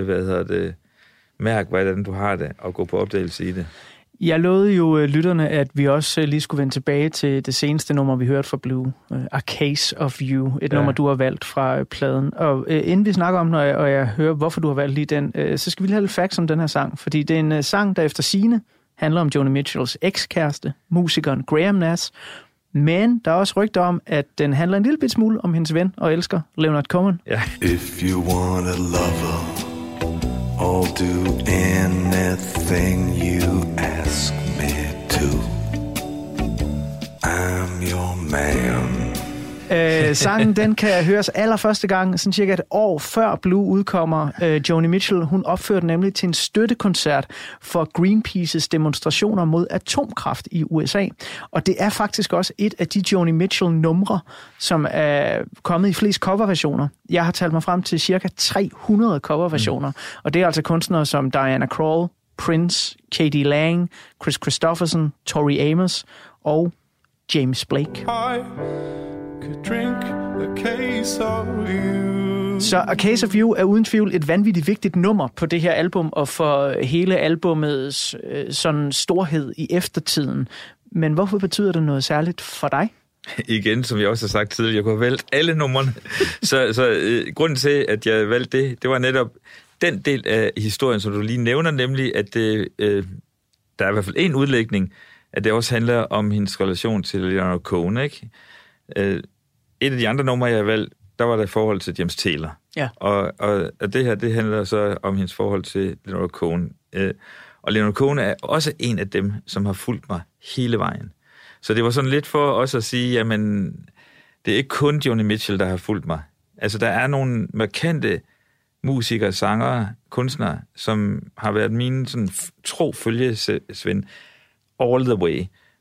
mærk, hvordan du har det, og gå på opdagelse i det. Jeg lovede jo lytterne, at vi også lige skulle vende tilbage til det seneste nummer, vi hørte fra Blue, A Case of You, et nummer, du har valgt fra pladen. Og inden vi snakker om den, og jeg hører, hvorfor du har valgt lige den, så skal vi lige have lidt facts om den her sang, fordi det er en sang, der efter sigende handler om Joni Mitchells ekskæreste, musikeren Graham Nash, men der er også rygter om, at den handler en lille bit smule om hendes ven og elsker, Leonard Cohen. Ja. If you want a lover, I'll do anything you ask me to. I'm your man. Sangen, den kan høres allerførste gang, sådan cirka et år før Blue udkommer. Joni Mitchell, hun opførte nemlig til en støttekoncert for Greenpeaces demonstrationer mod atomkraft i USA. Og det er faktisk også et af de Joni Mitchell-numre, som er kommet i flest coverversioner. Jeg har talt mig frem til cirka 300 coverversioner, og det er altså kunstnere som Diana Krall, Prince, K.D. Lang, Chris Christopherson, Tori Amos og James Blake. Drink a case of you. Så A Case of You er uden tvivl et vanvittigt vigtigt nummer på det her album, og for hele albumets sådan storhed i eftertiden. Men hvorfor betyder det noget særligt for dig? Igen, som jeg også har sagt tidligere, jeg kunne have valgt alle numrene. så grunden til, at jeg valgte det var netop den del af historien, som du lige nævner, nemlig at der er i hvert fald en udlægning, at det også handler om hendes relation til Leonard Cohen, ikke? Et af de andre numre, jeg har valgt, der var der forhold til James Taylor. Ja. Og det her, det handler så om hendes forhold til Leonard Cohen. Og Leonard Cohen er også en af dem, som har fulgt mig hele vejen. Så det var sådan lidt for os at sige, jamen, det er ikke kun Joni Mitchell, der har fulgt mig. Altså, der er nogle markante musikere, sangere, kunstnere, som har været mine sådan tro følgesvend all the way.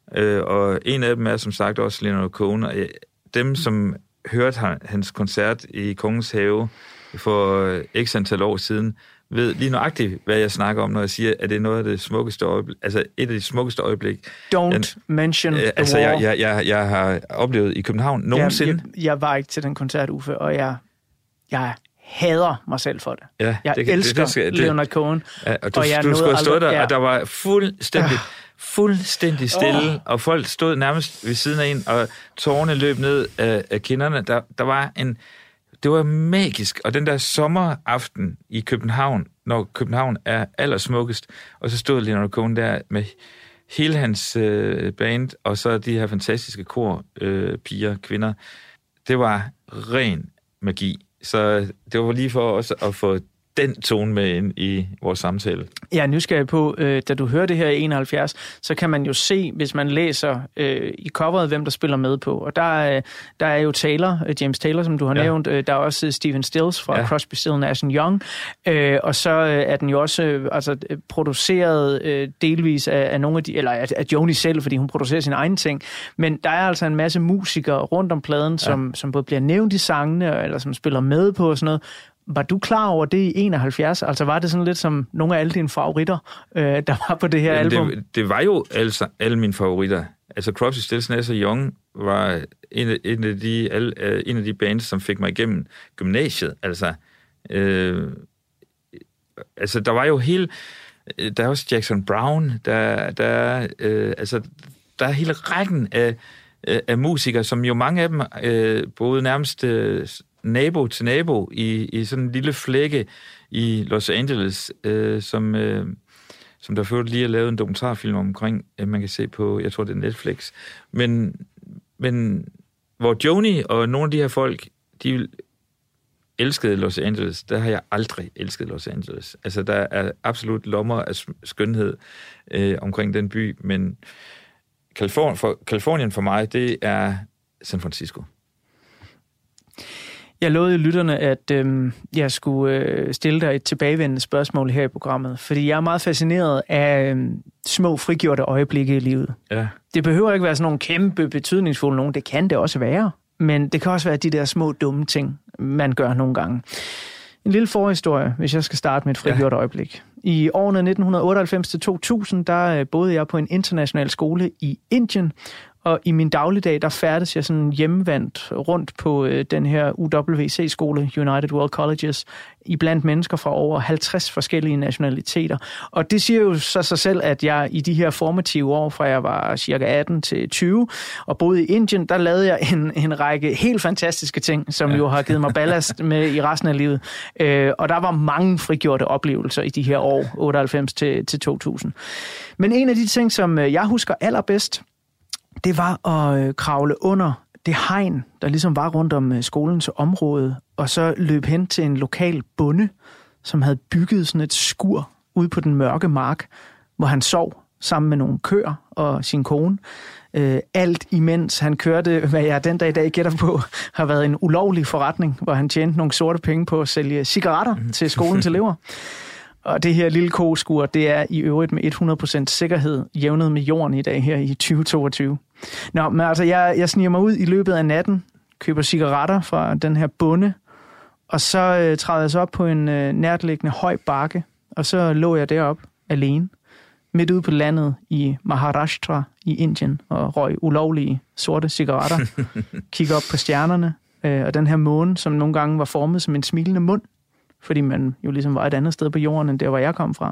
Og en af dem er som sagt også Leonard Cohen. Og dem, som hørte hans koncert i Kongens Have for x antal år siden, ved lige nøjagtigt, hvad jeg snakker om, når jeg siger, at det er noget af det smukkeste øjeblik, altså et af de smukkeste øjeblik. Don't mention the war. Jeg har oplevet i København nogensinde. Jeg var ikke til den koncert, Uffe, og jeg hader mig selv for det. Ja, jeg elsker Leonard Cohen. Ja, og du skulle have stået der, og der var fuldstændig stille, og folk stod nærmest ved siden af en, og tårerne løb ned af kinderne. Der var det var magisk, og den der sommeraften i København, når København er allersmukkest, og så stod Leonard Cohen der med hele hans band, og så de her fantastiske piger, kvinder. Det var ren magi. Så det var lige for os at få den tone med ind i vores samtale. Jeg er nysgerrig på, da du hører det her i 71, så kan man jo se, hvis man læser i coveret, hvem der spiller med på. Og der er jo James Taylor, som du har nævnt. Der er også Stephen Stills fra Crosby, Stills Nash & Young. Og så er den jo også produceret delvis af nogle af de, eller af Joni selv, fordi hun producerer sine egne ting. Men der er altså en masse musikere rundt om pladen, som både bliver nævnt i sangene, eller som spiller med på og sådan noget. Var du klar over det i 71? Altså var det sådan lidt som nogle af alle dine favoritter, der var på det her album? Det var jo altså alle mine favoritter. Altså Crosby, Stills, Nash & Young var en af de bands, som fik mig igennem gymnasiet. Altså der var jo der er også Jackson Browne, der er hele rækken af musikere, som jo mange af dem boede nærmest nabo til nabo i sådan en lille flække i Los Angeles, som der før lige er lavet en dokumentarfilm omkring, man kan se på, jeg tror det er Netflix, men hvor Joni og nogle af de her folk, de elskede Los Angeles, der har jeg aldrig elsket Los Angeles. Altså der er absolut lommer af skønhed omkring den by, men Californien for mig, det er San Francisco. Jeg lovede lytterne, at jeg skulle stille dig et tilbagevendende spørgsmål her i programmet, fordi jeg er meget fascineret af små frigjorte øjeblikke i livet. Ja. Det behøver ikke være sådan nogle kæmpe betydningsfulde nogen, det kan det også være, men det kan også være de der små dumme ting, man gør nogle gange. En lille forhistorie, hvis jeg skal starte med et frigjort øjeblik. I årene 1998-2000, der boede jeg på en international skole i Indien, og i min dagligdag, der færdes jeg sådan hjemvendt rundt på den her UWC-skole, United World Colleges, iblandt mennesker fra over 50 forskellige nationaliteter. Og det siger jo så sig selv, at jeg i de her formative år, fra jeg var cirka 18 til 20, og boede i Indien, der lavede jeg en række helt fantastiske ting, som jo har givet mig ballast med i resten af livet. Og der var mange frigjorte oplevelser i de her år, 98 til 2000. Men en af de ting, som jeg husker allerbedst, det var at kravle under det hegn, der ligesom var rundt om skolens område, og så løb hen til en lokal bonde, som havde bygget sådan et skur ude på den mørke mark, hvor han sov sammen med nogle køer og sin kone. Alt imens han kørte, hvad jeg den dag i dag gætter på, har været en ulovlig forretning, hvor han tjente nogle sorte penge på at sælge cigaretter til skolens elever. Og det her lille koskur, det er i øvrigt med 100% sikkerhed jævnet med jorden i dag her i 2022. Nå, men altså, jeg sniger mig ud i løbet af natten, køber cigaretter fra den her bonde, og så træder jeg så op på en nærtliggende høj bakke, og så lå jeg derop alene, midt ude på landet i Maharashtra i Indien, og røg ulovlige sorte cigaretter, kigger op på stjernerne, og den her måne, som nogle gange var formet som en smilende mund, fordi man jo ligesom var et andet sted på jorden, end der, hvor jeg kom fra.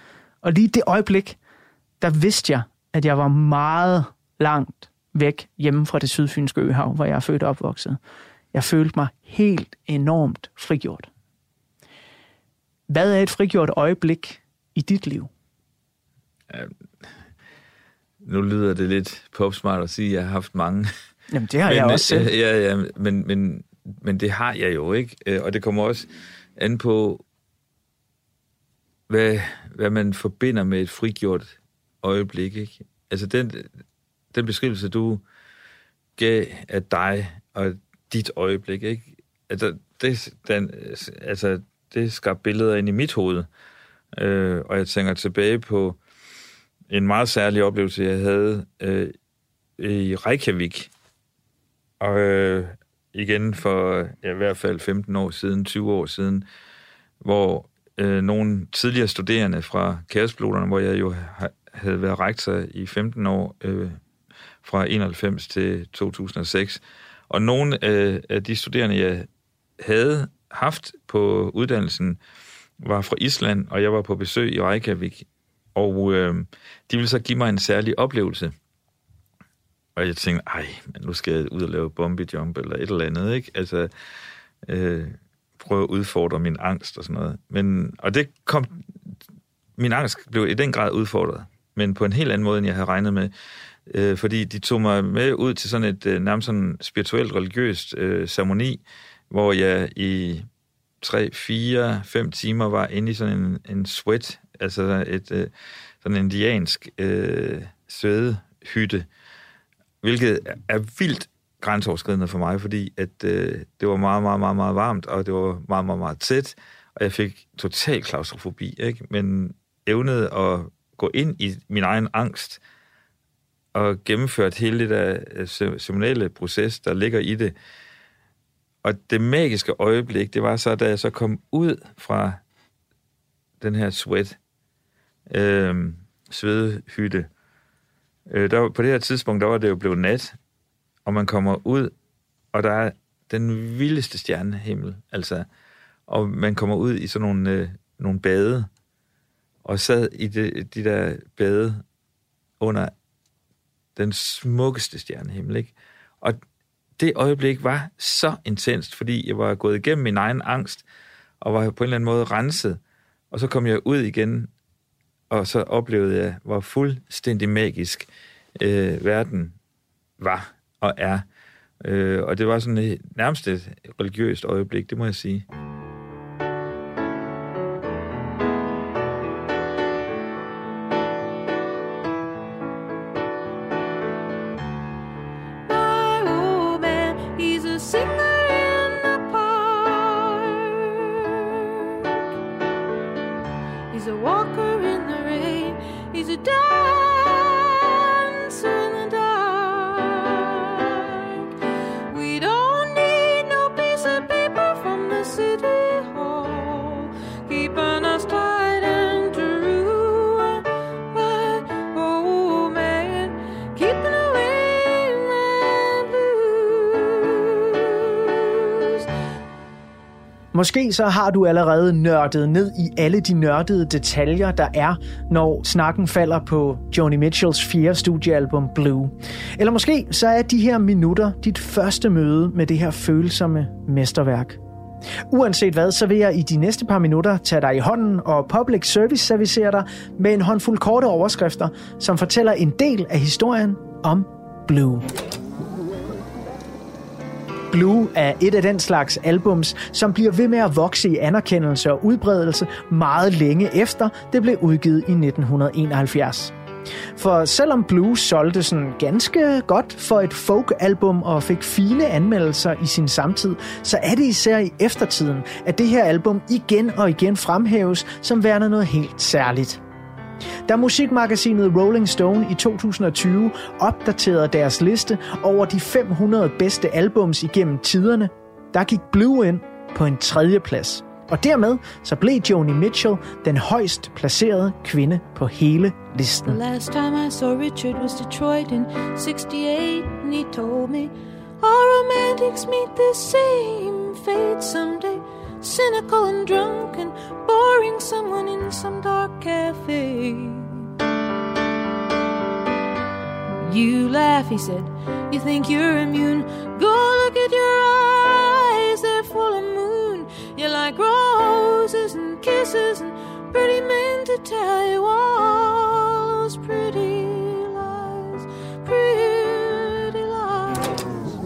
Og lige det øjeblik, der vidste jeg, at jeg var meget langt væk hjemme fra det sydfynske øhav, hvor jeg er født og opvokset. Jeg følte mig helt enormt frigjort. Hvad er et frigjort øjeblik i dit liv? Nu lyder det lidt popsmart at sige, at jeg har haft mange. Jamen, det har jeg også selv. Ja, men det har jeg jo ikke. Og det kommer også an på, hvad man forbinder med et frigjort øjeblik, ikke? Altså den beskrivelse, du gav af dig og dit øjeblik, ikke? Altså, det skabte billeder ind i mit hoved. Og jeg tænker tilbage på en meget særlig oplevelse, jeg havde i Reykjavik. Og igen for i hvert fald 15 år siden, 20 år siden, hvor nogle tidligere studerende fra Kaospiloterne, hvor jeg jo havde været rektor i 15 år, fra 91 til 2006. Og nogle af de studerende, jeg havde haft på uddannelsen, var fra Island, og jeg var på besøg i Reykjavik. Og de ville så give mig en særlig oplevelse. Og jeg tænkte, men nu skal jeg ud og lave bungee jump eller et eller andet, ikke? Altså, prøve at udfordre min angst og sådan noget. Og det kom... Min angst blev i den grad udfordret, men på en helt anden måde, end jeg havde regnet med. Fordi de tog mig med ud til sådan et nærmest sådan spirituelt, religiøst ceremoni, hvor jeg i 3, 4, 5 timer var inde i sådan en sweat, altså sådan en indiansk svedehytte, hvilket er vildt grænseoverskridende for mig, fordi at det var meget, meget, meget, meget varmt, og det var meget, meget, meget tæt, og jeg fik total klaustrofobi, ikke? Men evnede at gå ind i min egen angst og gennemført hele det der ceremonielle proces, der ligger i det. Og det magiske øjeblik, det var så, da jeg så kom ud fra den her svedehytte. På det her tidspunkt, der var det jo blevet nat, og man kommer ud, og der er den vildeste stjernehimmel, altså. Og man kommer ud i sådan nogle bade, og sad i de der bade under den smukkeste stjernehimmel, ikke? Og det øjeblik var så intenst, fordi jeg var gået igennem min egen angst, og var på en eller anden måde renset. Og så kom jeg ud igen, og så oplevede jeg, hvor fuldstændig magisk verden var og er. Og det var sådan nærmest et religiøst øjeblik, det må jeg sige. Måske så har du allerede nørdet ned i alle de nørdede detaljer, der er, når snakken falder på Joni Mitchells 4. studiealbum Blue. Eller måske så er de her minutter dit første møde med det her følsomme mesterværk. Uanset hvad, så vil jeg i de næste par minutter tage dig i hånden og public service servicere dig med en håndfuld korte overskrifter, som fortæller en del af historien om Blue. Blue er et af den slags albums, som bliver ved med at vokse i anerkendelse og udbredelse meget længe efter det blev udgivet i 1971. For selvom Blue solgte sådan ganske godt for et folk-album og fik fine anmeldelser i sin samtid, så er det især i eftertiden, at det her album igen og igen fremhæves som værende noget helt særligt. Da musikmagasinet Rolling Stone i 2020 opdaterede deres liste over de 500 bedste albums igennem tiderne, der gik Blue ind på en 3. plads. Og dermed så blev Joni Mitchell den højst placerede kvinde på hele listen. The last time I saw Richard was Detroit in 68, and he told me all romantics meet the same fate someday. Cynical and drunk and boring someone in some dark cafe. You laugh, he said, you think you're immune. Go look at your eyes, they're full of moon. You like roses and kisses and pretty men to tell you all those pretty lies, pretty lies.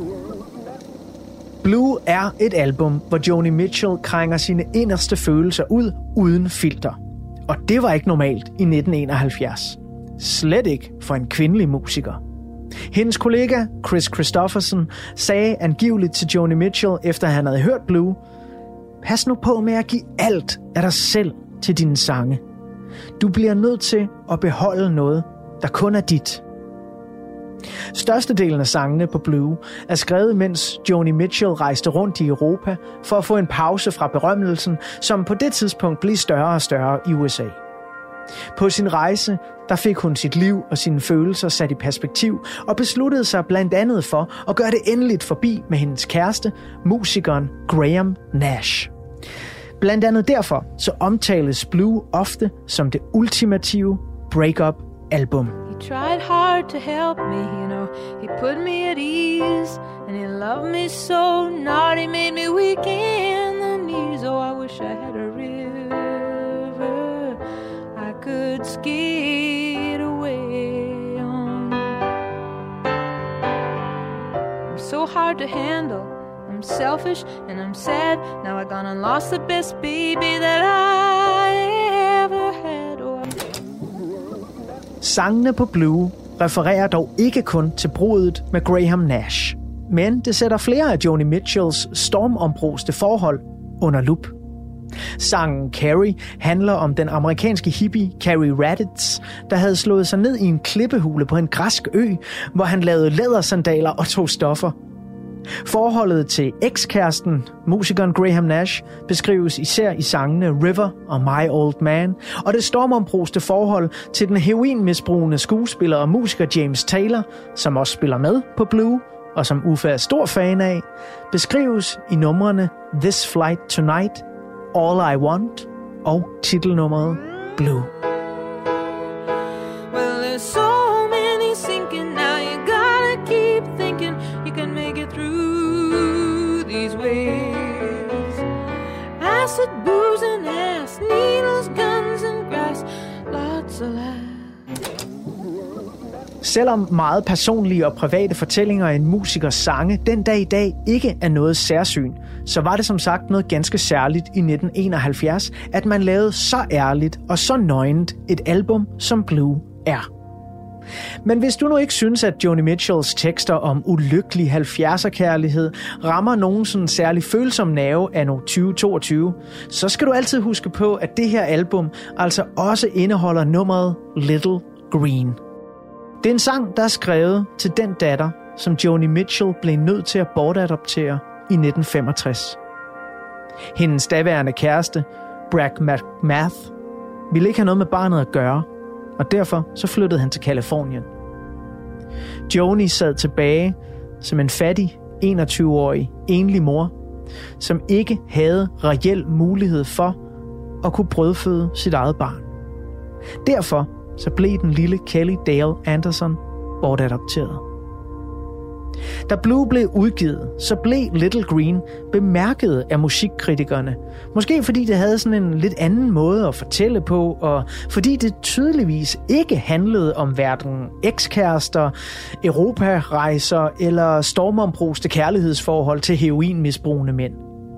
Blue er et album, hvor Joni Mitchell krænger sine inderste følelser ud uden filter. Og det var ikke normalt i 1971. Slet ikke for en kvindelig musiker. Hendes kollega Chris Christopherson sagde angiveligt til Joni Mitchell, efter han havde hørt Blue: pas nu på med at give alt af dig selv til dine sange. Du bliver nødt til at beholde noget, der kun er dit. Størstedelen af sangene på Blue er skrevet, mens Joni Mitchell rejste rundt i Europa for at få en pause fra berømmelsen, som på det tidspunkt blev større og større i USA. På sin rejse, der fik hun sit liv og sine følelser sat i perspektiv og besluttede sig blandt andet for at gøre det endeligt forbi med hendes kæreste, musikeren Graham Nash. Blandt andet derfor så omtales Blue ofte som det ultimative break-up-album. He tried hard to help me, you know. He put me at ease, and he loved me so not. He made me weak in the knees. Oh, I wish I had a river I could skate away on. I'm so hard to handle. I'm selfish and I'm sad. Now I gone and lost the best baby that I ever had. Oh, Sangene på Blue refererer dog ikke kun til bruddet med Graham Nash, men det sætter flere af Joni Mitchells stormombruste forhold under lup. Sangen Carrie handler om den amerikanske hippie Carrie Raditz, der havde slået sig ned i en klippehule på en græsk ø, hvor han lavede lædersandaler og tog stoffer. Forholdet til ekskæresten, musikeren Graham Nash, beskrives især i sangene River og My Old Man, og det stormombruste forhold til den heroinmisbrugende skuespiller og musiker James Taylor, som også spiller med på Blue, og som Uffe er stor fan af, beskrives i numrene This Flight Tonight, All I Want og titelnummeret Blue. well, there's so many sinking now. You gotta keep thinking you can make it through these waves. Acid, booze, and ass, needles, guns, and grass. Lots of laughs. Selvom meget personlige og private fortællinger af en musikers sange den dag i dag ikke er noget særsyn, så var det som sagt noget ganske særligt i 1971, at man lavede så ærligt og så nøgent et album, som Blue er. Men hvis du nu ikke synes, at Joni Mitchells tekster om ulykkelig 70'er-kærlighed rammer nogen sådan særlig følsom nerve anno 2022, så skal du altid huske på, at det her album altså også indeholder nummeret Little Green. Det er en sang, der er skrevet til den datter, som Joni Mitchell blev nødt til at bortadoptere i 1965. Hendes daværende kæreste, Brad McMath, ville ikke have noget med barnet at gøre, og derfor så flyttede han til Californien. Joni sad tilbage som en fattig 21-årig enlig mor, som ikke havde reel mulighed for at kunne brødføde sit eget barn. Derfor så blev den lille Kelly Dale Anderson bortadopteret. Da Blue blev udgivet, så blev Little Green bemærket af musikkritikerne. Måske fordi det havde sådan en lidt anden måde at fortælle på, og fordi det tydeligvis ikke handlede om hverken ekskærester, europarejser eller stormombruste kærlighedsforhold til heroinmisbrugende mænd.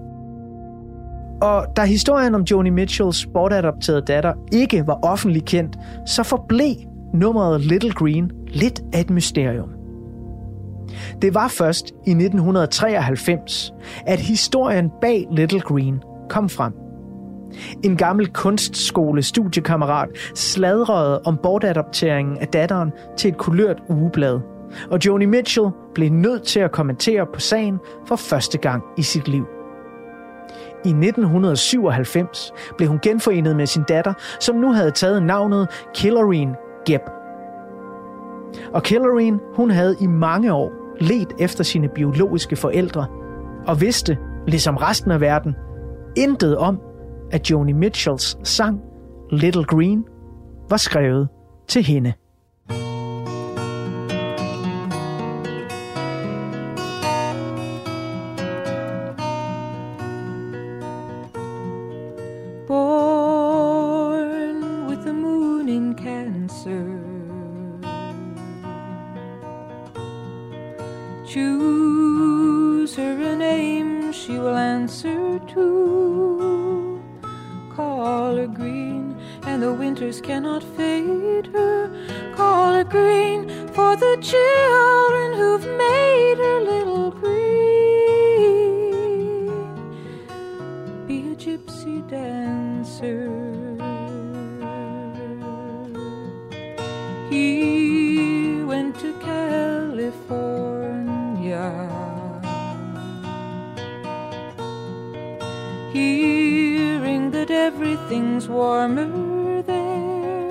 Og da historien om Joni Mitchells bortadopterede datter ikke var offentlig kendt, så forblev nummeret Little Green lidt af et mysterium. Det var først i 1993, at historien bag Little Green kom frem. En gammel kunstskole-studiekammerat sladrede om bortadopteringen af datteren til et kulørt ugeblad, og Joni Mitchell blev nødt til at kommentere på sagen for første gang i sit liv. I 1997 blev hun genforenet med sin datter, som nu havde taget navnet Killerine Gibb. Og Killerine, hun havde i mange år ledt efter sine biologiske forældre, og vidste, ligesom resten af verden, intet om, at Joni Mitchells sang Little Green var skrevet til hende. Born with the moon in Cancer, choose her a name she will answer to. Call her green, and the winters cannot fade her. Call her green for the children who've made her little green. Be a gypsy dancer. He went to California hearing that everything's warmer there.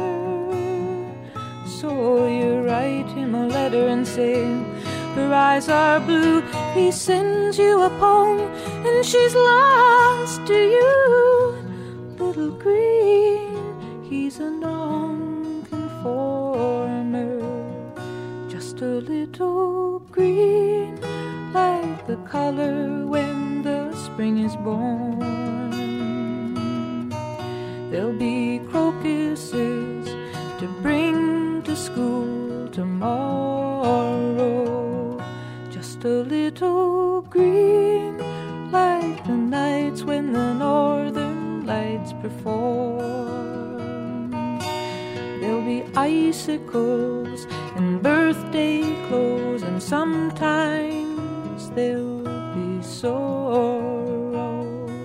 So you write him a letter and say, her eyes are blue. He sends you a poem and she's lost to you. Little green, he's a non-conformer. Just a little green, like the color when the spring is born. There'll be crocuses to bring to school tomorrow. Just a little green, like the nights when the northern lights perform. There'll be icicles and birthday clothes, and sometimes there'll be sorrow.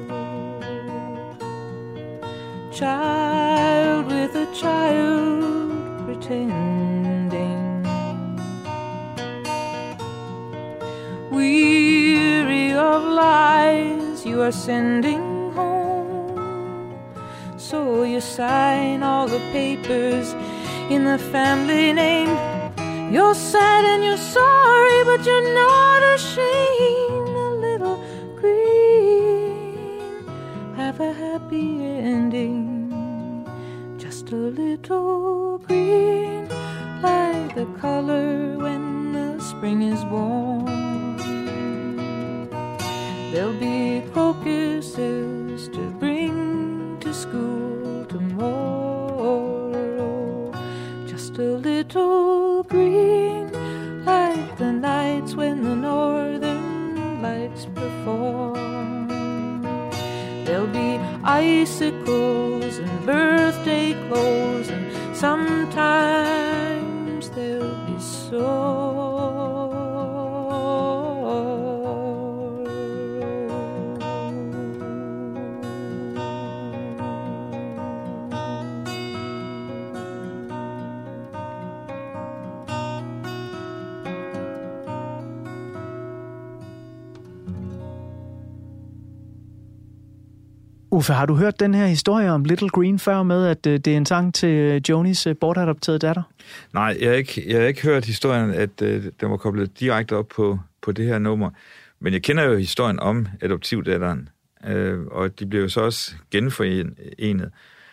Child with a child pretending, weary of lies you are sending home. So you sign all the papers in the family name. You're sad and you're sorry, but you're not ashamed. A little green, have a happy ending. Just a little green, like the color when the spring is born. There'll be crocuses to bring to school tomorrow. Just a little green, like the nights when the northern lights perform. There'll be icicles and birthday clothes, and sometimes there'll be sorrow. Uffe, har du hørt den her historie om Little Green før med, at det er en sang til Jonis bortadopterede datter? Nej, jeg har ikke hørt historien, at den var koblet direkte op på det her nummer. Men jeg kender jo historien om adoptivdatteren, og de blev jo så også genforenet.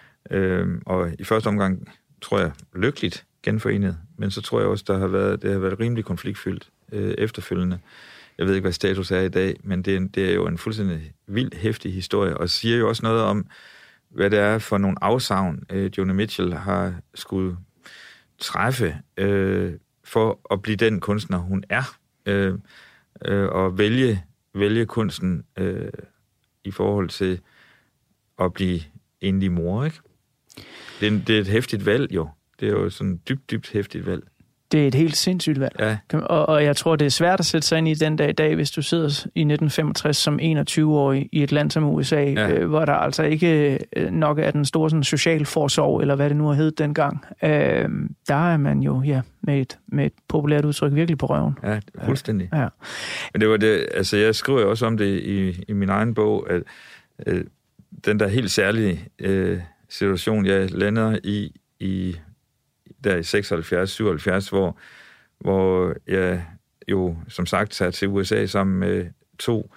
Og i første omgang, tror jeg, lykkeligt genforenet, men så tror jeg også, det har været rimelig konfliktfyldt efterfølgende. Jeg ved ikke, hvad status er i dag, men det er jo en fuldstændig vild, heftig historie, og siger jo også noget om, hvad det er for nogle afsavn, Joni Mitchell har skulle træffe for at blive den kunstner, hun er, og vælge kunsten i forhold til at blive enlig mor, ikke? Det er et heftigt valg, jo. Det er jo sådan et dybt heftigt valg. Det er et helt sindssygt valg. Ja. Og jeg tror, det er svært at sætte sig ind i den dag i dag, hvis du sidder i 1965 som 21-årig i et land som USA, hvor der altså ikke nok er den store sådan, social forsorg, eller hvad det nu har heddet dengang. Der er man jo med et populært udtryk virkelig på røven. Ja, fuldstændig. Ja. Men det var det, altså jeg skriver jo også om det i min egen bog, at den der helt særlige situation, jeg lander i der i 76, hvor jeg jo som sagt tager til USA sammen med 2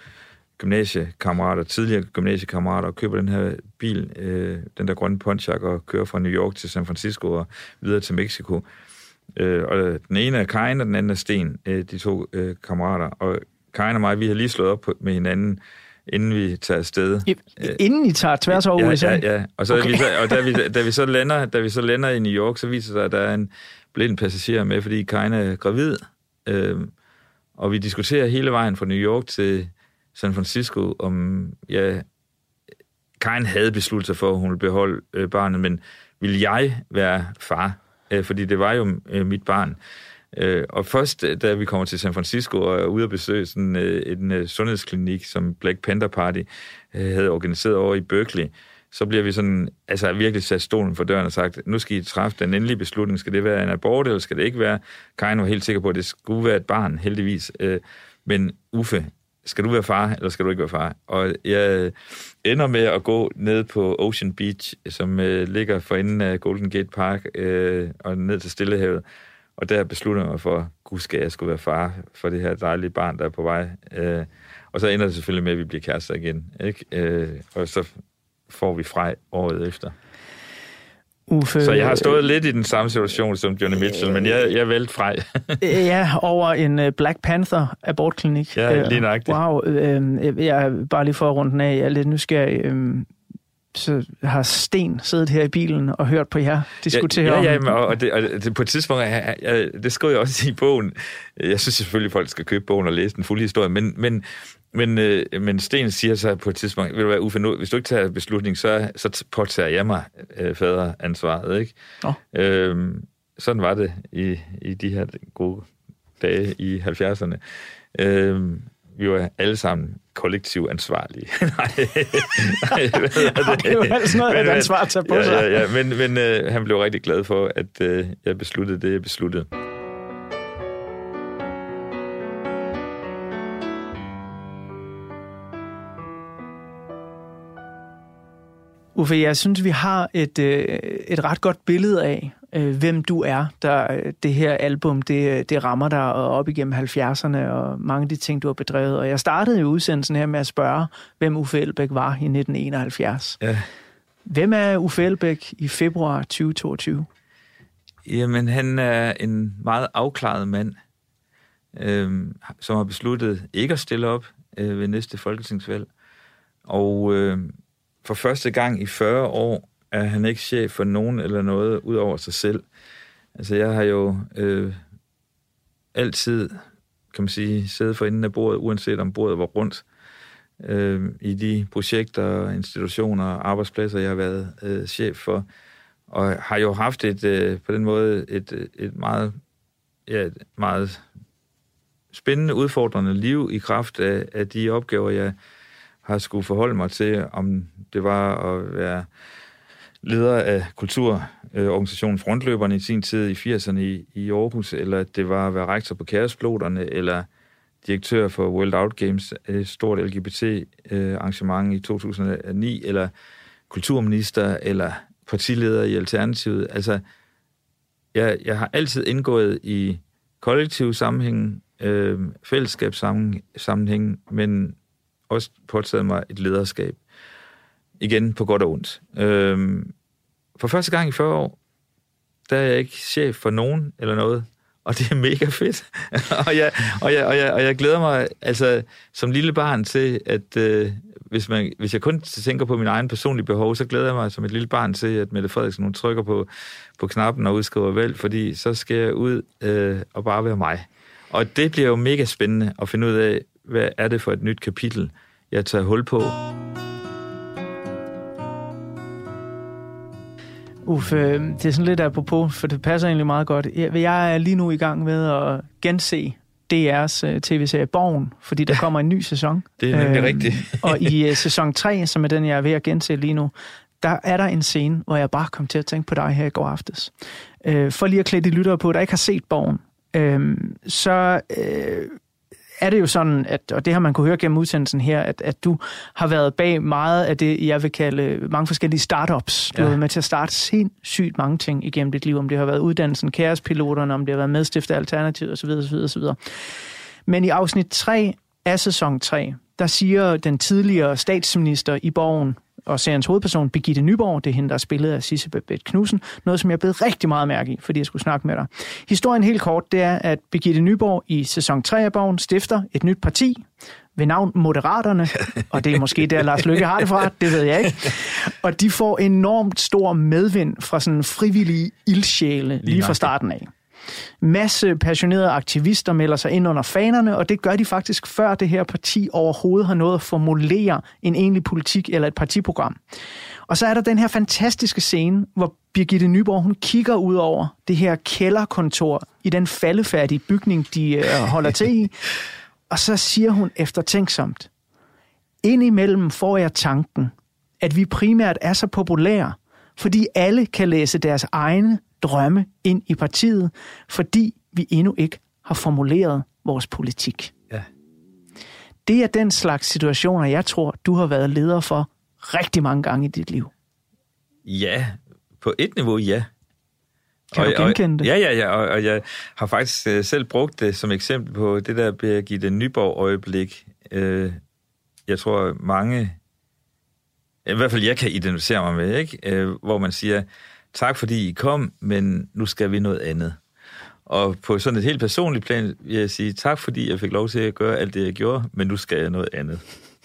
tidligere gymnasiekammerater, og køber den her bil, den der grønne Pontiac, og kører fra New York til San Francisco og videre til Mexico. Og den ene er Karin, og den anden er Sten, de 2 kammerater. Og Karin og mig, vi har lige slået op med hinanden, inden vi tager afsted. Inden I tager tværs over USA? Ja. Og så, okay. Da vi så lander i New York, så viser det sig, at der er en blind passager med, fordi Karin er gravid. Og vi diskuterer hele vejen fra New York til San Francisco, om Karin havde besluttet sig for, at hun ville beholde barnet, men ville jeg være far? Fordi det var jo mit barn. Og først, da vi kommer til San Francisco og er ude at besøge sådan en sundhedsklinik, som Black Panther Party havde organiseret over i Berkeley, så bliver vi sådan, altså virkelig sat stolen for døren og sagt, nu skal I træffe den endelige beslutning. Skal det være en abort, eller skal det ikke være? Karin var helt sikker på, at det skulle være et barn, heldigvis. Men Uffe, skal du være far, eller skal du ikke være far? Og jeg ender med at gå ned på Ocean Beach, som ligger for enden af Golden Gate Park, og ned til Stillehavet. Og der beslutter jeg mig for, gud skal jeg skulle være far for det her dejlige barn, der er på vej. Og så ender det selvfølgelig med, at vi bliver kærester igen. Ikke? Og så får vi Frej året efter. Uffe, så jeg har stået lidt i den samme situation som Johnny Mitchell, men jeg valgte Frej. Ja, over en Black Panther abortklinik. Ja, lige nøjagtigt. Wow, jeg bare lige for at runde den af, jeg er lidt nysgerrig. Så har Sten siddet her i bilen og hørt på jer diskutere om... Ja, og det på et tidspunkt, det skrev jeg også i bogen. Jeg synes selvfølgelig, at folk skal købe bogen og læse den fulde historie, men Sten siger så på et tidspunkt, vil du være Uffe, nu, hvis du ikke tager beslutning, så påtager jeg mig faderansvaret, ikke? Sådan var det i de her gode dage i 70'erne. Vi var alle sammen kollektivt ansvarlige. Nej, det er jo altså noget af et ansvar at tage på sig. Ja, men han blev rigtig glad for, at jeg besluttede det, jeg besluttede. Uffe, jeg synes, vi har et ret godt billede af, hvem du er, der det her album, det rammer dig op igennem 70'erne, og mange af de ting, du har bedrevet. Og jeg startede jo udsendelsen her med at spørge, hvem Uffe Elbæk var i 1971. Ja. Hvem er Uffe Elbæk i februar 2022? Jamen, han er en meget afklaret mand, som har besluttet ikke at stille op ved næste folketingsvalg. Og for første gang i 40 år er han ikke chef for nogen eller noget ud over sig selv. Altså, jeg har jo altid, kan man sige, siddet for enden af bordet, uanset om bordet var rundt, i de projekter, institutioner og arbejdspladser, jeg har været chef for. Og har jo haft på den måde et meget spændende, udfordrende liv i kraft af de opgaver, jeg har skulle forholde mig til, om det var at være leder af kulturorganisationen Frontløberne i sin tid i 80'erne i Aarhus, eller det var at være rektor på Kaospiloterne, eller direktør for World Out Games, et stort LGBT-arrangement i 2009, eller kulturminister, eller partileder i Alternativet. Altså, jeg har altid indgået i kollektiv sammenhæng, fællesskabssammenhæng, men også påtaget mig et lederskab. Igen på godt og ondt. For første gang i 40 år, der er jeg ikke chef for nogen eller noget, og det er mega fedt. og jeg glæder mig altså som lille barn til, at hvis jeg kun tænker på min egen personlige behov, så glæder jeg mig som et lille barn til, at Mette Frederiksen hun trykker på knappen og udskriver valg, fordi så skal jeg ud og bare være mig. Og det bliver jo mega spændende at finde ud af, hvad er det for et nyt kapitel, jeg tager hul på. Uffe, det er sådan lidt apropos, for det passer egentlig meget godt. Jeg er lige nu i gang med at gense DR's tv-serie Borgen, fordi der kommer en ny sæson. Det er nemlig rigtigt. Og i sæson 3, som er den, jeg er ved at gense lige nu, der er der en scene, hvor jeg bare kom til at tænke på dig her i går aftes. For lige at klæde de lyttere på, der ikke har set Borgen, så er det jo sådan, og det har man kunne høre gennem udsendelsen her, at du har været bag meget af det, jeg vil kalde mange forskellige startups. Du har været med til at starte sindssygt mange ting igennem dit liv, om det har været uddannelsen, Kaospiloterne, om det har været medstifter Alternativet osv. osv. Men i afsnit 3 af sæson 3, der siger den tidligere statsminister i Borgen, og seriens hovedperson, Birgitte Nyborg, det er hende, der er spillet af Sisse Babett Knudsen, noget, som jeg er blevet rigtig meget mærke i, fordi jeg skulle snakke med dig. Historien helt kort, det er, at Birgitte Nyborg i sæson 3 af Borgen stifter et nyt parti ved navn Moderaterne, og det er måske der, Lars Løkke har det fra, det ved jeg ikke. Og de får enormt stor medvind fra sådan frivillige ildsjæle lige fra starten af. Masse passionerede aktivister melder sig ind under fanerne, og det gør de faktisk før det her parti overhovedet har nået at formulere en egentlig politik eller et partiprogram. Og så er der den her fantastiske scene, hvor Birgitte Nyborg, hun kigger ud over det her kælderkontor i den faldefærdige bygning, de holder til i, og så siger hun eftertænksomt: indimellem får jeg tanken, at vi primært er så populære, fordi alle kan læse deres egne drømme ind i partiet, fordi vi endnu ikke har formuleret vores politik. Ja. det er den slags situationer, jeg tror, du har været leder for rigtig mange gange i dit liv. Ja, på et niveau, ja. Kan du genkende det? Ja, og jeg har faktisk selv brugt det som eksempel på det der Birgitte Nyborg-øjeblik. Jeg tror mange, i hvert fald jeg kan identificere mig med, ikke? Hvor man siger, tak fordi I kom, men nu skal vi noget andet. Og på sådan et helt personligt plan vil jeg sige, tak fordi jeg fik lov til at gøre alt det, jeg gjorde, men nu skal jeg noget andet.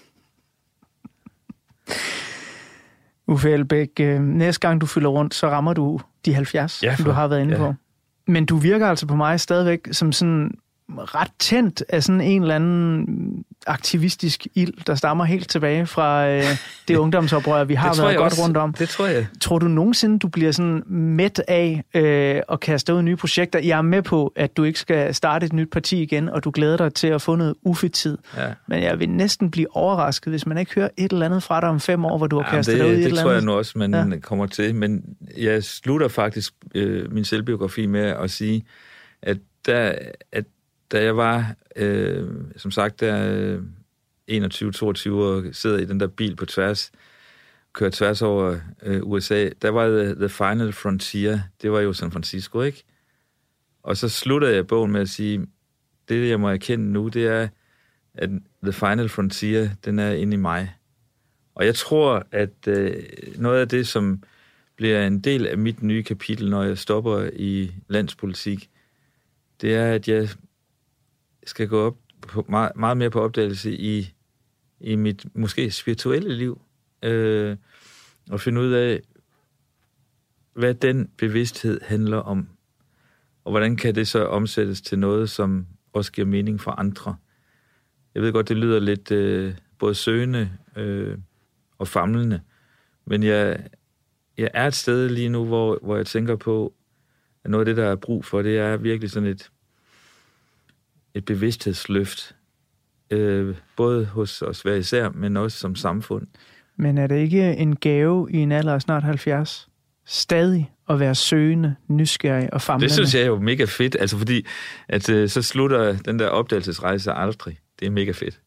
Uffe Elbæk, næste gang du fylder rundt, så rammer du de 70, som du har været inde på. Men du virker altså på mig stadigvæk som sådan ret tændt af sådan en eller anden aktivistisk ild, der stammer helt tilbage fra det ungdomsoprør, vi har været godt rundt om. Det tror jeg. Tror du nogensinde, du bliver sådan mæt af at kaste ud nye projekter? Jeg er med på, at du ikke skal starte et nyt parti igen, og du glæder dig til at få noget Uffe-tid. Ja. Men jeg vil næsten blive overrasket, hvis man ikke hører et eller andet fra dig om 5 år, hvor du har kastet dig ud i et eller andet. Det tror jeg nu også, man kommer til. Men jeg slutter faktisk min selvbiografi med at sige, at da jeg var, som sagt, der 21-22 og sidder i den der bil på tværs, kører tværs over USA, der var The Final Frontier, det var jo San Francisco, ikke? Og så sluttede jeg bogen med at sige, det jeg må erkende nu, det er, at The Final Frontier, den er inde i mig. Og jeg tror, at noget af det, som bliver en del af mit nye kapitel, når jeg stopper i landspolitik, det er, at jeg skal gå op på, meget mere på opdagelse i mit måske spirituelle liv, og finde ud af, hvad den bevidsthed handler om, og hvordan kan det så omsættes til noget, som også giver mening for andre. Jeg ved godt, det lyder lidt både søgende og famlende, men jeg er et sted lige nu, hvor jeg tænker på, at noget af det, der er brug for, det er virkelig sådan et bevidsthedsløft, både hos os hver især, men også som samfund. Men er det ikke en gave i en alder af snart 70? Stadig at være søgende, nysgerrig og famlende? Det synes jeg er jo mega fedt, altså fordi, at så slutter den der opdagelsesrejse aldrig. Det er mega fedt.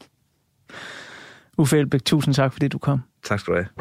Uffe Elbæk, tusind tak, fordi du kom. Tak skal du have.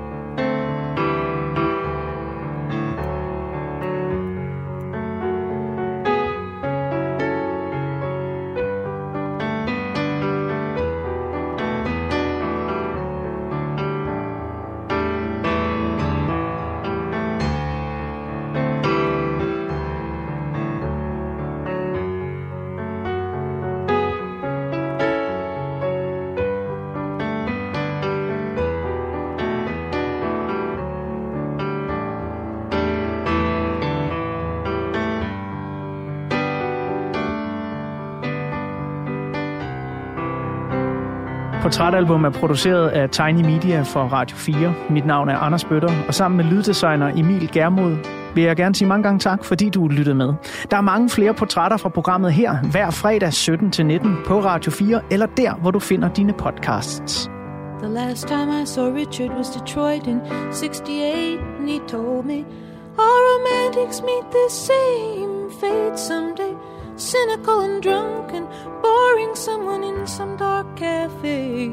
Portrætalbum er produceret af Tiny Media for Radio 4. Mit navn er Anders Bøtter, og sammen med lyddesigner Emil Germod vil jeg gerne sige mange gange tak, fordi du lyttede med. Der er mange flere portrætter fra programmet her, hver fredag 17-19 på Radio 4, eller der, hvor du finder dine podcasts. The last time I saw Richard was Detroit in 68, and he told me all romantics meet the same fate someday. Cynical and drunk and boring someone in some dark cafe.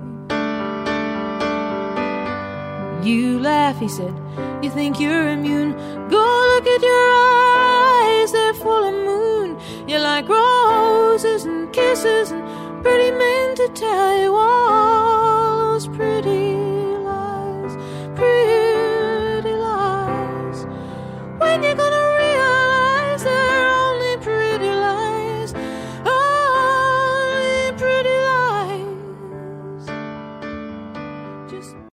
You laugh, he said, you think you're immune. Go look at your eyes, they're full of moon. You like roses and kisses and pretty men to tell you all those pretty lies, pretty lies. When you go